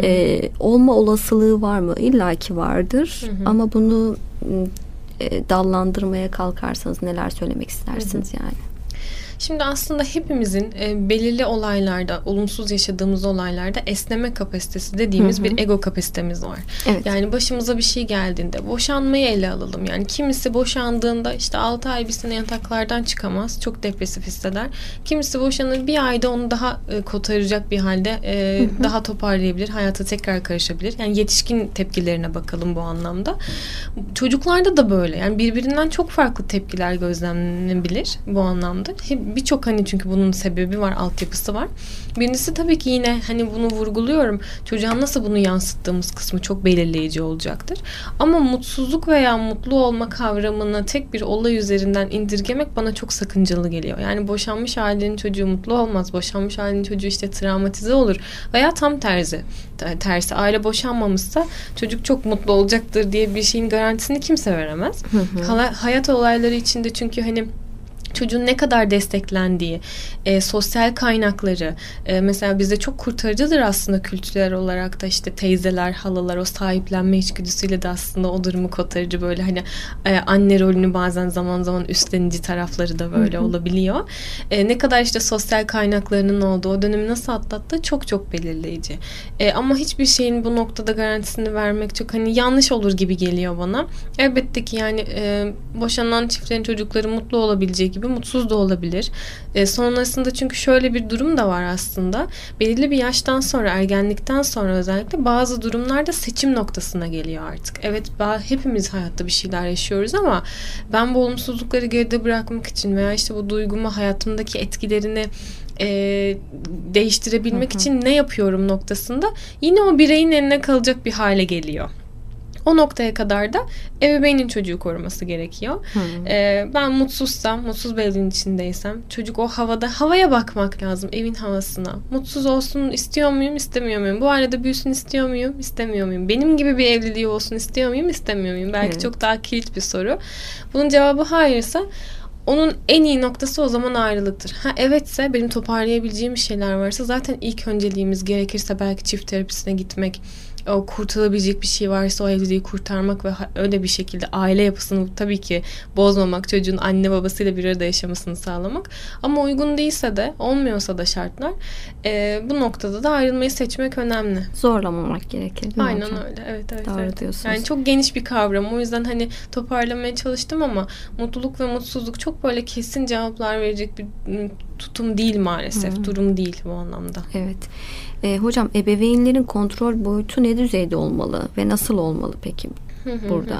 Olma olasılığı var mı? İlla ki vardır. Ama bunu dallandırmaya kalkarsanız neler söylemek istersiniz yani? Şimdi aslında hepimizin belirli olaylarda, olumsuz yaşadığımız olaylarda esneme kapasitesi dediğimiz bir ego kapasitemiz var. Evet. Yani başımıza bir şey geldiğinde boşanmayı ele alalım. Yani kimisi boşandığında işte 6 ay bir sene yataklardan çıkamaz. Çok depresif hisseder. Kimisi boşanır bir ayda onu daha kotaracak bir halde daha toparlayabilir. Hayata tekrar karışabilir. Yani yetişkin tepkilerine bakalım bu anlamda. Çocuklarda da böyle. Yani birbirinden çok farklı tepkiler gözlemlenebilir bu anlamda. Birçok hani çünkü bunun sebebi var, altyapısı var. Birincisi tabii ki yine hani bunu vurguluyorum. Çocuğa nasıl bunu yansıttığımız kısmı çok belirleyici olacaktır. Ama mutsuzluk veya mutlu olma kavramını tek bir olay üzerinden indirgemek bana çok sakıncalı geliyor. Yani boşanmış ailenin çocuğu mutlu olmaz. Boşanmış ailenin çocuğu işte travmatize olur. Veya tam tersi. Aile boşanmamışsa çocuk çok mutlu olacaktır diye bir şeyin garantisini kimse veremez. Hayat olayları içinde çünkü hani çocuğun ne kadar desteklendiği, sosyal kaynakları, mesela bizde çok kurtarıcıdır aslında kültürel olarak da işte teyzeler, halalar o sahiplenme içgüdüsüyle de aslında o durumu kotarıcı böyle hani anne rolünü bazen zaman zaman üstlenici tarafları da böyle olabiliyor. Ne kadar işte sosyal kaynaklarının olduğu, o dönemi nasıl atlattığı çok çok belirleyici. Ama hiçbir şeyin bu noktada garantisini vermek çok hani yanlış olur gibi geliyor bana. Elbette ki yani boşanan çiftlerin çocukları mutlu olabilecek gibi gibi mutsuz da olabilir. Sonrasında çünkü şöyle bir durum da var aslında. Belirli bir yaştan sonra, ergenlikten sonra özellikle bazı durumlarda seçim noktasına geliyor artık. Evet, hepimiz hayatta bir şeyler yaşıyoruz ama ben bu olumsuzlukları geride bırakmak için veya işte bu duygumu, hayatımdaki etkilerini değiştirebilmek için ne yapıyorum noktasında yine o bireyin eline kalacak bir hale geliyor. O noktaya kadar da ebeveynin çocuğu koruması gerekiyor. Ben mutsuzsam, mutsuz bir evin içindeysem çocuk o havaya bakmak lazım, evin havasına. Mutsuz olsun istiyor muyum, istemiyor muyum? Bu ailede büyüsün istiyor muyum, istemiyor muyum? Benim gibi bir evliliği olsun istiyor muyum, istemiyor muyum? Belki çok daha kilit bir soru. Bunun cevabı hayırsa onun en iyi noktası o zaman ayrılıktır. Evetse, benim toparlayabileceğim bir şeyler varsa zaten ilk önceliğimiz gerekirse belki çift terapisine gitmek, o kurtulabilecek bir şey varsa o evliliği kurtarmak ve öyle bir şekilde aile yapısını tabii ki bozmamak, çocuğun anne babasıyla bir arada yaşamasını sağlamak. Ama uygun değilse de, olmuyorsa da şartlar, bu noktada da ayrılmayı seçmek önemli. Zorlamamak gerekir değil mi Aynen hocam? öyle. Evet. Doğru diyorsunuz. Yani çok geniş bir kavram. O yüzden hani toparlamaya çalıştım ama mutluluk ve mutsuzluk çok böyle kesin cevaplar verecek bir tutum değil maalesef. Durum değil bu anlamda. Evet. Hocam, ebeveynlerin kontrol boyutu ne düzeyde olmalı ve nasıl olmalı peki burada?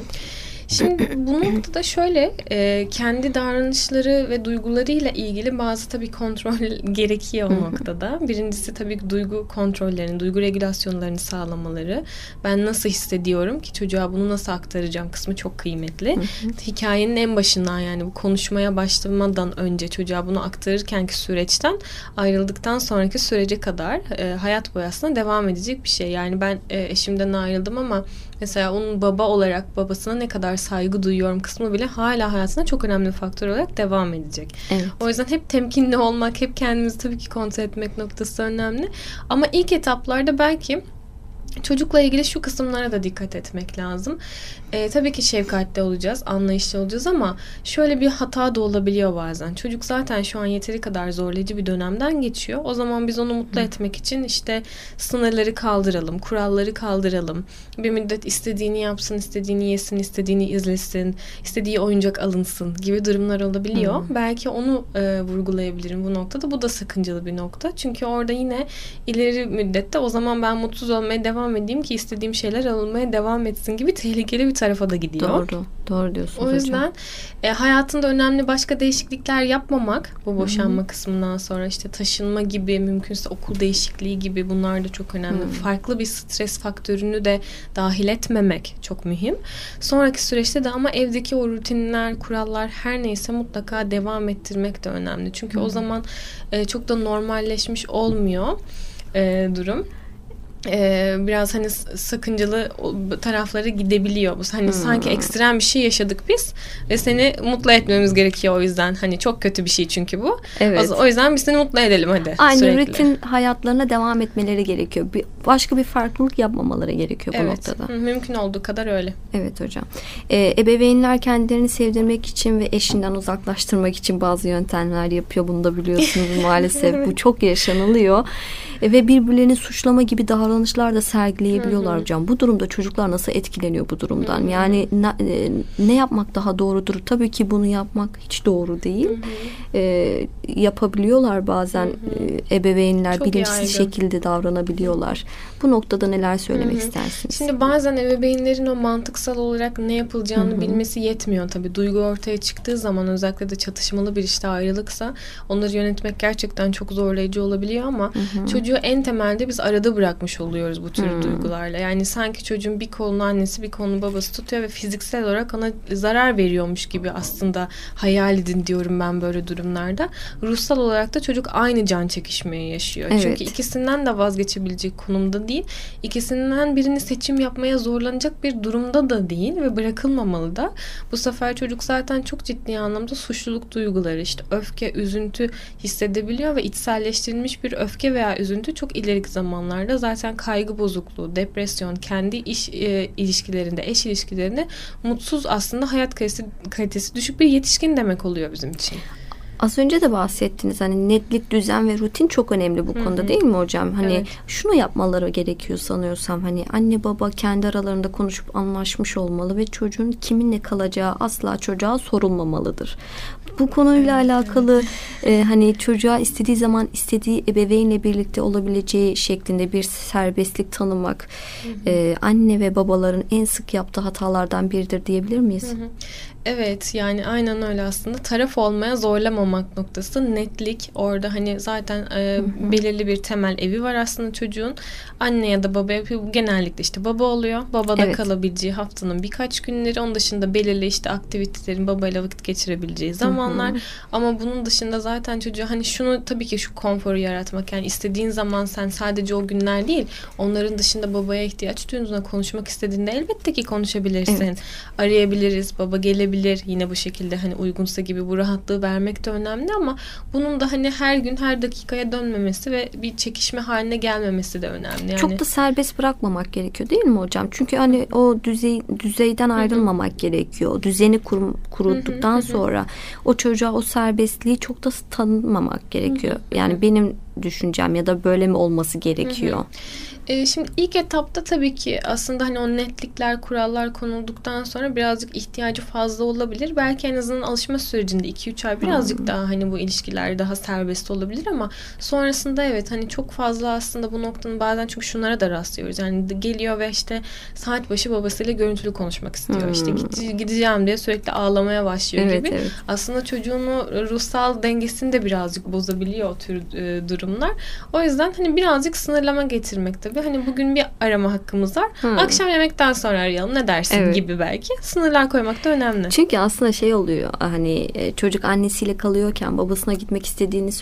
Şimdi bu noktada şöyle, kendi davranışları ve duygularıyla ilgili bazı tabii kontrol gerekiyor o noktada. Birincisi tabii duygu kontrollerini, duygu regülasyonlarını sağlamaları. Ben nasıl hissediyorum ki çocuğa bunu nasıl aktaracağım kısmı çok kıymetli. Hikayenin en başından, yani bu konuşmaya başlamadan önce çocuğa bunu aktarırkenki süreçten ayrıldıktan sonraki sürece kadar hayat boyu aslında devam edecek bir şey. Yani ben eşimden ayrıldım ama mesela onun baba olarak babasına ne kadar saygı duyuyorum kısmı bile hala hayatında çok önemli bir faktör olarak devam edecek. Evet. O yüzden hep temkinli olmak, hep kendimizi tabii ki kontrol etmek noktası önemli. Ama ilk etaplarda belki çocukla ilgili şu kısımlara da dikkat etmek lazım. Tabii ki şefkatli olacağız, anlayışlı olacağız ama şöyle bir hata da olabiliyor bazen. Çocuk zaten şu an yeteri kadar zorlayıcı bir dönemden geçiyor. O zaman biz onu mutlu etmek için işte sınırları kaldıralım, kuralları kaldıralım. Bir müddet istediğini yapsın, istediğini yesin, istediğini izlesin, istediği oyuncak alınsın gibi durumlar olabiliyor. Belki onu vurgulayabilirim bu noktada. Bu da sakıncalı bir nokta. Çünkü orada yine ileri müddette o zaman ben mutsuz olmaya devam edeyim ki istediğim şeyler alınmaya devam etsin gibi tehlikeli bir tarafa da gidiyor. Doğru diyorsunuz o yüzden hocam. Hayatında önemli başka değişiklikler yapmamak, bu boşanma kısmından sonra işte taşınma gibi, mümkünse okul değişikliği gibi, bunlar da çok önemli. Farklı bir stres faktörünü de dahil etmemek çok mühim. Sonraki süreçte de ama evdeki o rutinler, kurallar her neyse mutlaka devam ettirmek de önemli. Çünkü o zaman çok da normalleşmiş olmuyor durum. Biraz hani sakıncalı tarafları gidebiliyor. Bu hani sanki ekstrem bir şey yaşadık biz ve seni mutlu etmemiz gerekiyor, o yüzden hani çok kötü bir şey çünkü bu. Evet. O yüzden biz seni mutlu edelim hadi. Aynı sürekli. rutin hayatlarına devam etmeleri gerekiyor. Başka bir farklılık yapmamaları gerekiyor bu noktada. Mümkün olduğu kadar öyle. Evet hocam. Ebeveynler kendilerini sevdirmek için ve eşinden uzaklaştırmak için bazı yöntemler yapıyor. Bunu da biliyorsunuz maalesef. Evet. Bu çok yaşanılıyor. Ve birbirlerini suçlama gibi davranışlar da sergileyebiliyorlar hocam. Bu durumda çocuklar nasıl etkileniyor bu durumdan? Yani ne yapmak daha doğrudur? Tabii ki bunu yapmak hiç doğru değil. Yapabiliyorlar bazen ebeveynler, çok bilinçsiz şekilde davranabiliyorlar. Bu noktada neler söylemek istersiniz? Şimdi bazen ebeveynlerin o mantıksal olarak ne yapılacağını bilmesi yetmiyor tabii. Duygu ortaya çıktığı zaman, özellikle de çatışmalı bir işte ayrılıksa, onları yönetmek gerçekten çok zorlayıcı olabiliyor ama çocuğu en temelde biz arada bırakmış oluyoruz bu tür duygularla. Yani sanki çocuğun bir kolunu annesi, bir kolunu babası tutuyor ve fiziksel olarak ona zarar veriyormuş gibi aslında hayal edin diyorum ben böyle durumlarda. Ruhsal olarak da çocuk aynı can çekişmeyi yaşıyor. Evet. Çünkü ikisinden de vazgeçebilecek konumda değil. İkisinden birini seçim yapmaya zorlanacak bir durumda da değil ve bırakılmamalı da. Bu sefer çocuk zaten çok ciddi anlamda suçluluk duyguları, işte öfke, üzüntü hissedebiliyor ve içselleştirilmiş bir öfke veya üzüntü çok ileriki zamanlarda zaten kaygı bozukluğu, depresyon, kendi iş ilişkilerinde, eş ilişkilerinde mutsuz, aslında hayat kalitesi düşük bir yetişkin demek oluyor bizim için. Az önce de bahsettiniz, hani netlik, düzen ve rutin çok önemli bu konuda, değil mi hocam? Hani evet, şunu yapmaları gerekiyor sanıyorsam, hani anne baba kendi aralarında konuşup anlaşmış olmalı ve çocuğun kiminle kalacağı asla çocuğa sorulmamalıdır. Bu konuyla alakalı hani çocuğa istediği zaman istediği ebeveynle birlikte olabileceği şeklinde bir serbestlik tanımak anne ve babaların en sık yaptığı hatalardan biridir diyebilir miyiz? Evet, yani aynen öyle aslında. Taraf olmaya zorlamamak noktası, netlik. Orada hani zaten belirli bir temel evi var aslında çocuğun. Anne ya da baba yapıyor. Genellikle işte baba oluyor. Babada kalabileceği haftanın birkaç günleri. Onun dışında belirli işte aktivitelerin babayla vakit geçirebileceği zamanlar. Ama bunun dışında zaten çocuğa hani şunu, tabii ki şu konforu yaratmak. Yani istediğin zaman sen sadece o günler değil, onların dışında babaya ihtiyaç duyduğunda, konuşmak istediğinde elbette ki konuşabilirsin. Evet. Arayabiliriz. Baba gelebilir. Yine bu şekilde hani uygunsa gibi, bu rahatlığı vermek de önemli ama bunun da hani her gün her dakikaya dönmemesi ve bir çekişme haline gelmemesi de önemli. Yani çok da serbest bırakmamak gerekiyor değil mi hocam? Çünkü hani o düzeyden ayrılmamak gerekiyor. Düzeni kuruduktan sonra o çocuğa o serbestliği çok da tanımamak gerekiyor. Yani benim düşüncem ya da böyle mi olması gerekiyor? Şimdi ilk etapta tabii ki aslında hani o netlikler, kurallar konulduktan sonra birazcık ihtiyacı fazla olabilir. Belki en azından alışma sürecinde 2-3 ay birazcık daha hani bu ilişkiler daha serbest olabilir ama sonrasında evet hani çok fazla aslında bu noktanın bazen, çünkü şunlara da rastlıyoruz. Yani geliyor ve işte saat başı babasıyla görüntülü konuşmak istiyor. İşte gideceğim diye sürekli ağlamaya başlıyor gibi. Evet. Aslında çocuğun ruhsal dengesini de birazcık bozabiliyor o tür durumlar. O yüzden hani birazcık sınırlama getirmek tabii. Hani bugün bir arama hakkımız var. Akşam yemekten sonra arayalım, ne dersin gibi belki. Sınırlar koymak da önemli. Çünkü aslında şey oluyor, hani çocuk annesiyle kalıyorken babasına gitmek istediğini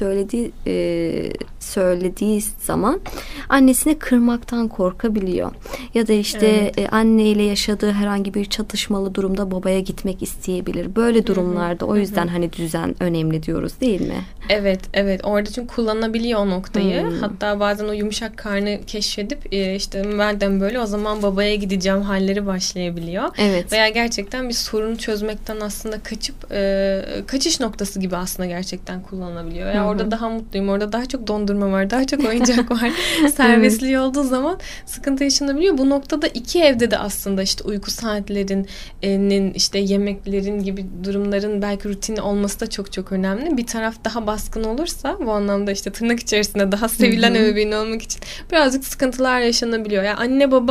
söylediği zaman annesini kırmaktan korkabiliyor. Ya da işte anneyle yaşadığı herhangi bir çatışmalı durumda babaya gitmek isteyebilir. Böyle durumlarda o yüzden hani düzen önemli diyoruz değil mi? Evet. Orada çünkü kullanabiliyor o noktayı. Hatta bazen o yumuşak karnı keşfedip işte madem böyle o zaman babaya gideceğim halleri başlayabiliyor. Evet. Veya gerçekten bir sorunu çözmekten aslında kaçıp kaçış noktası gibi aslında gerçekten kullanılabiliyor. Yani orada daha mutluyum, orada daha çok dondurma var, daha çok oyuncak var. Serbestliği olduğu zaman sıkıntı yaşanabiliyor. Bu noktada iki evde de aslında işte uyku saatlerinin, işte yemeklerin gibi durumların belki rutini olması da çok çok önemli. Bir taraf daha baskın olursa bu anlamda işte tırnak içerisinde daha sevilen ebeveyn olmak için birazcık sıkıntılar yaşanabiliyor. Yani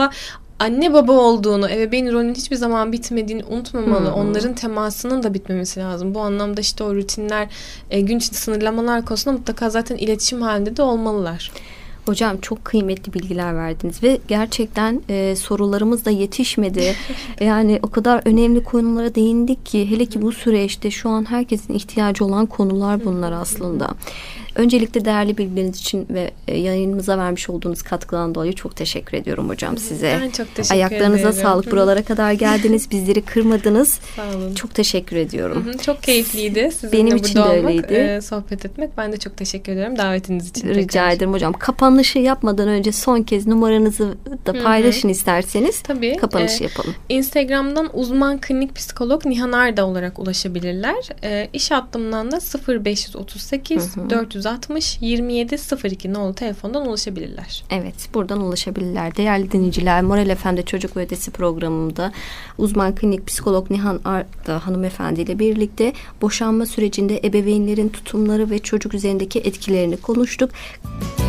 anne baba olduğunu, ebeveyn rolünün hiçbir zaman bitmediğini unutmamalı. Onların temasının da bitmemesi lazım. Bu anlamda işte o rutinler, gün içinde sınırlamalar konusunda mutlaka zaten iletişim halinde de olmalılar. Hocam çok kıymetli bilgiler verdiniz ve gerçekten sorularımız da yetişmedi. Yani o kadar önemli konulara değindik ki, hele ki bu süreçte şu an herkesin ihtiyacı olan konular bunlar aslında. Öncelikle değerli bilgileriniz için ve yayınımıza vermiş olduğunuz katkıdan dolayı çok teşekkür ediyorum hocam size. Ben çok teşekkür Ayaklarınıza ederim. Sağlık. Buralara kadar geldiniz. Bizleri kırmadınız. Sağ olun. Çok teşekkür ediyorum. Çok keyifliydi. Sizinle benim için de öyleydi. Sohbet etmek. Ben de çok teşekkür ederim davetiniz için. Rica ederim hocam. Kapanışı yapmadan önce son kez numaranızı da paylaşın isterseniz. Tabii. Kapanışı yapalım. Instagram'dan uzman klinik psikolog Nihan Arda olarak ulaşabilirler. İş hattımdan da 0538 460 27 02 nolu telefondan ulaşabilirler. Evet, buradan ulaşabilirler. Değerli dinleyiciler, Moral FM'de Çocuk ve Ötesi programında uzman klinik psikolog Nihan Arda hanımefendi ile birlikte boşanma sürecinde ebeveynlerin tutumları ve çocuk üzerindeki etkilerini konuştuk.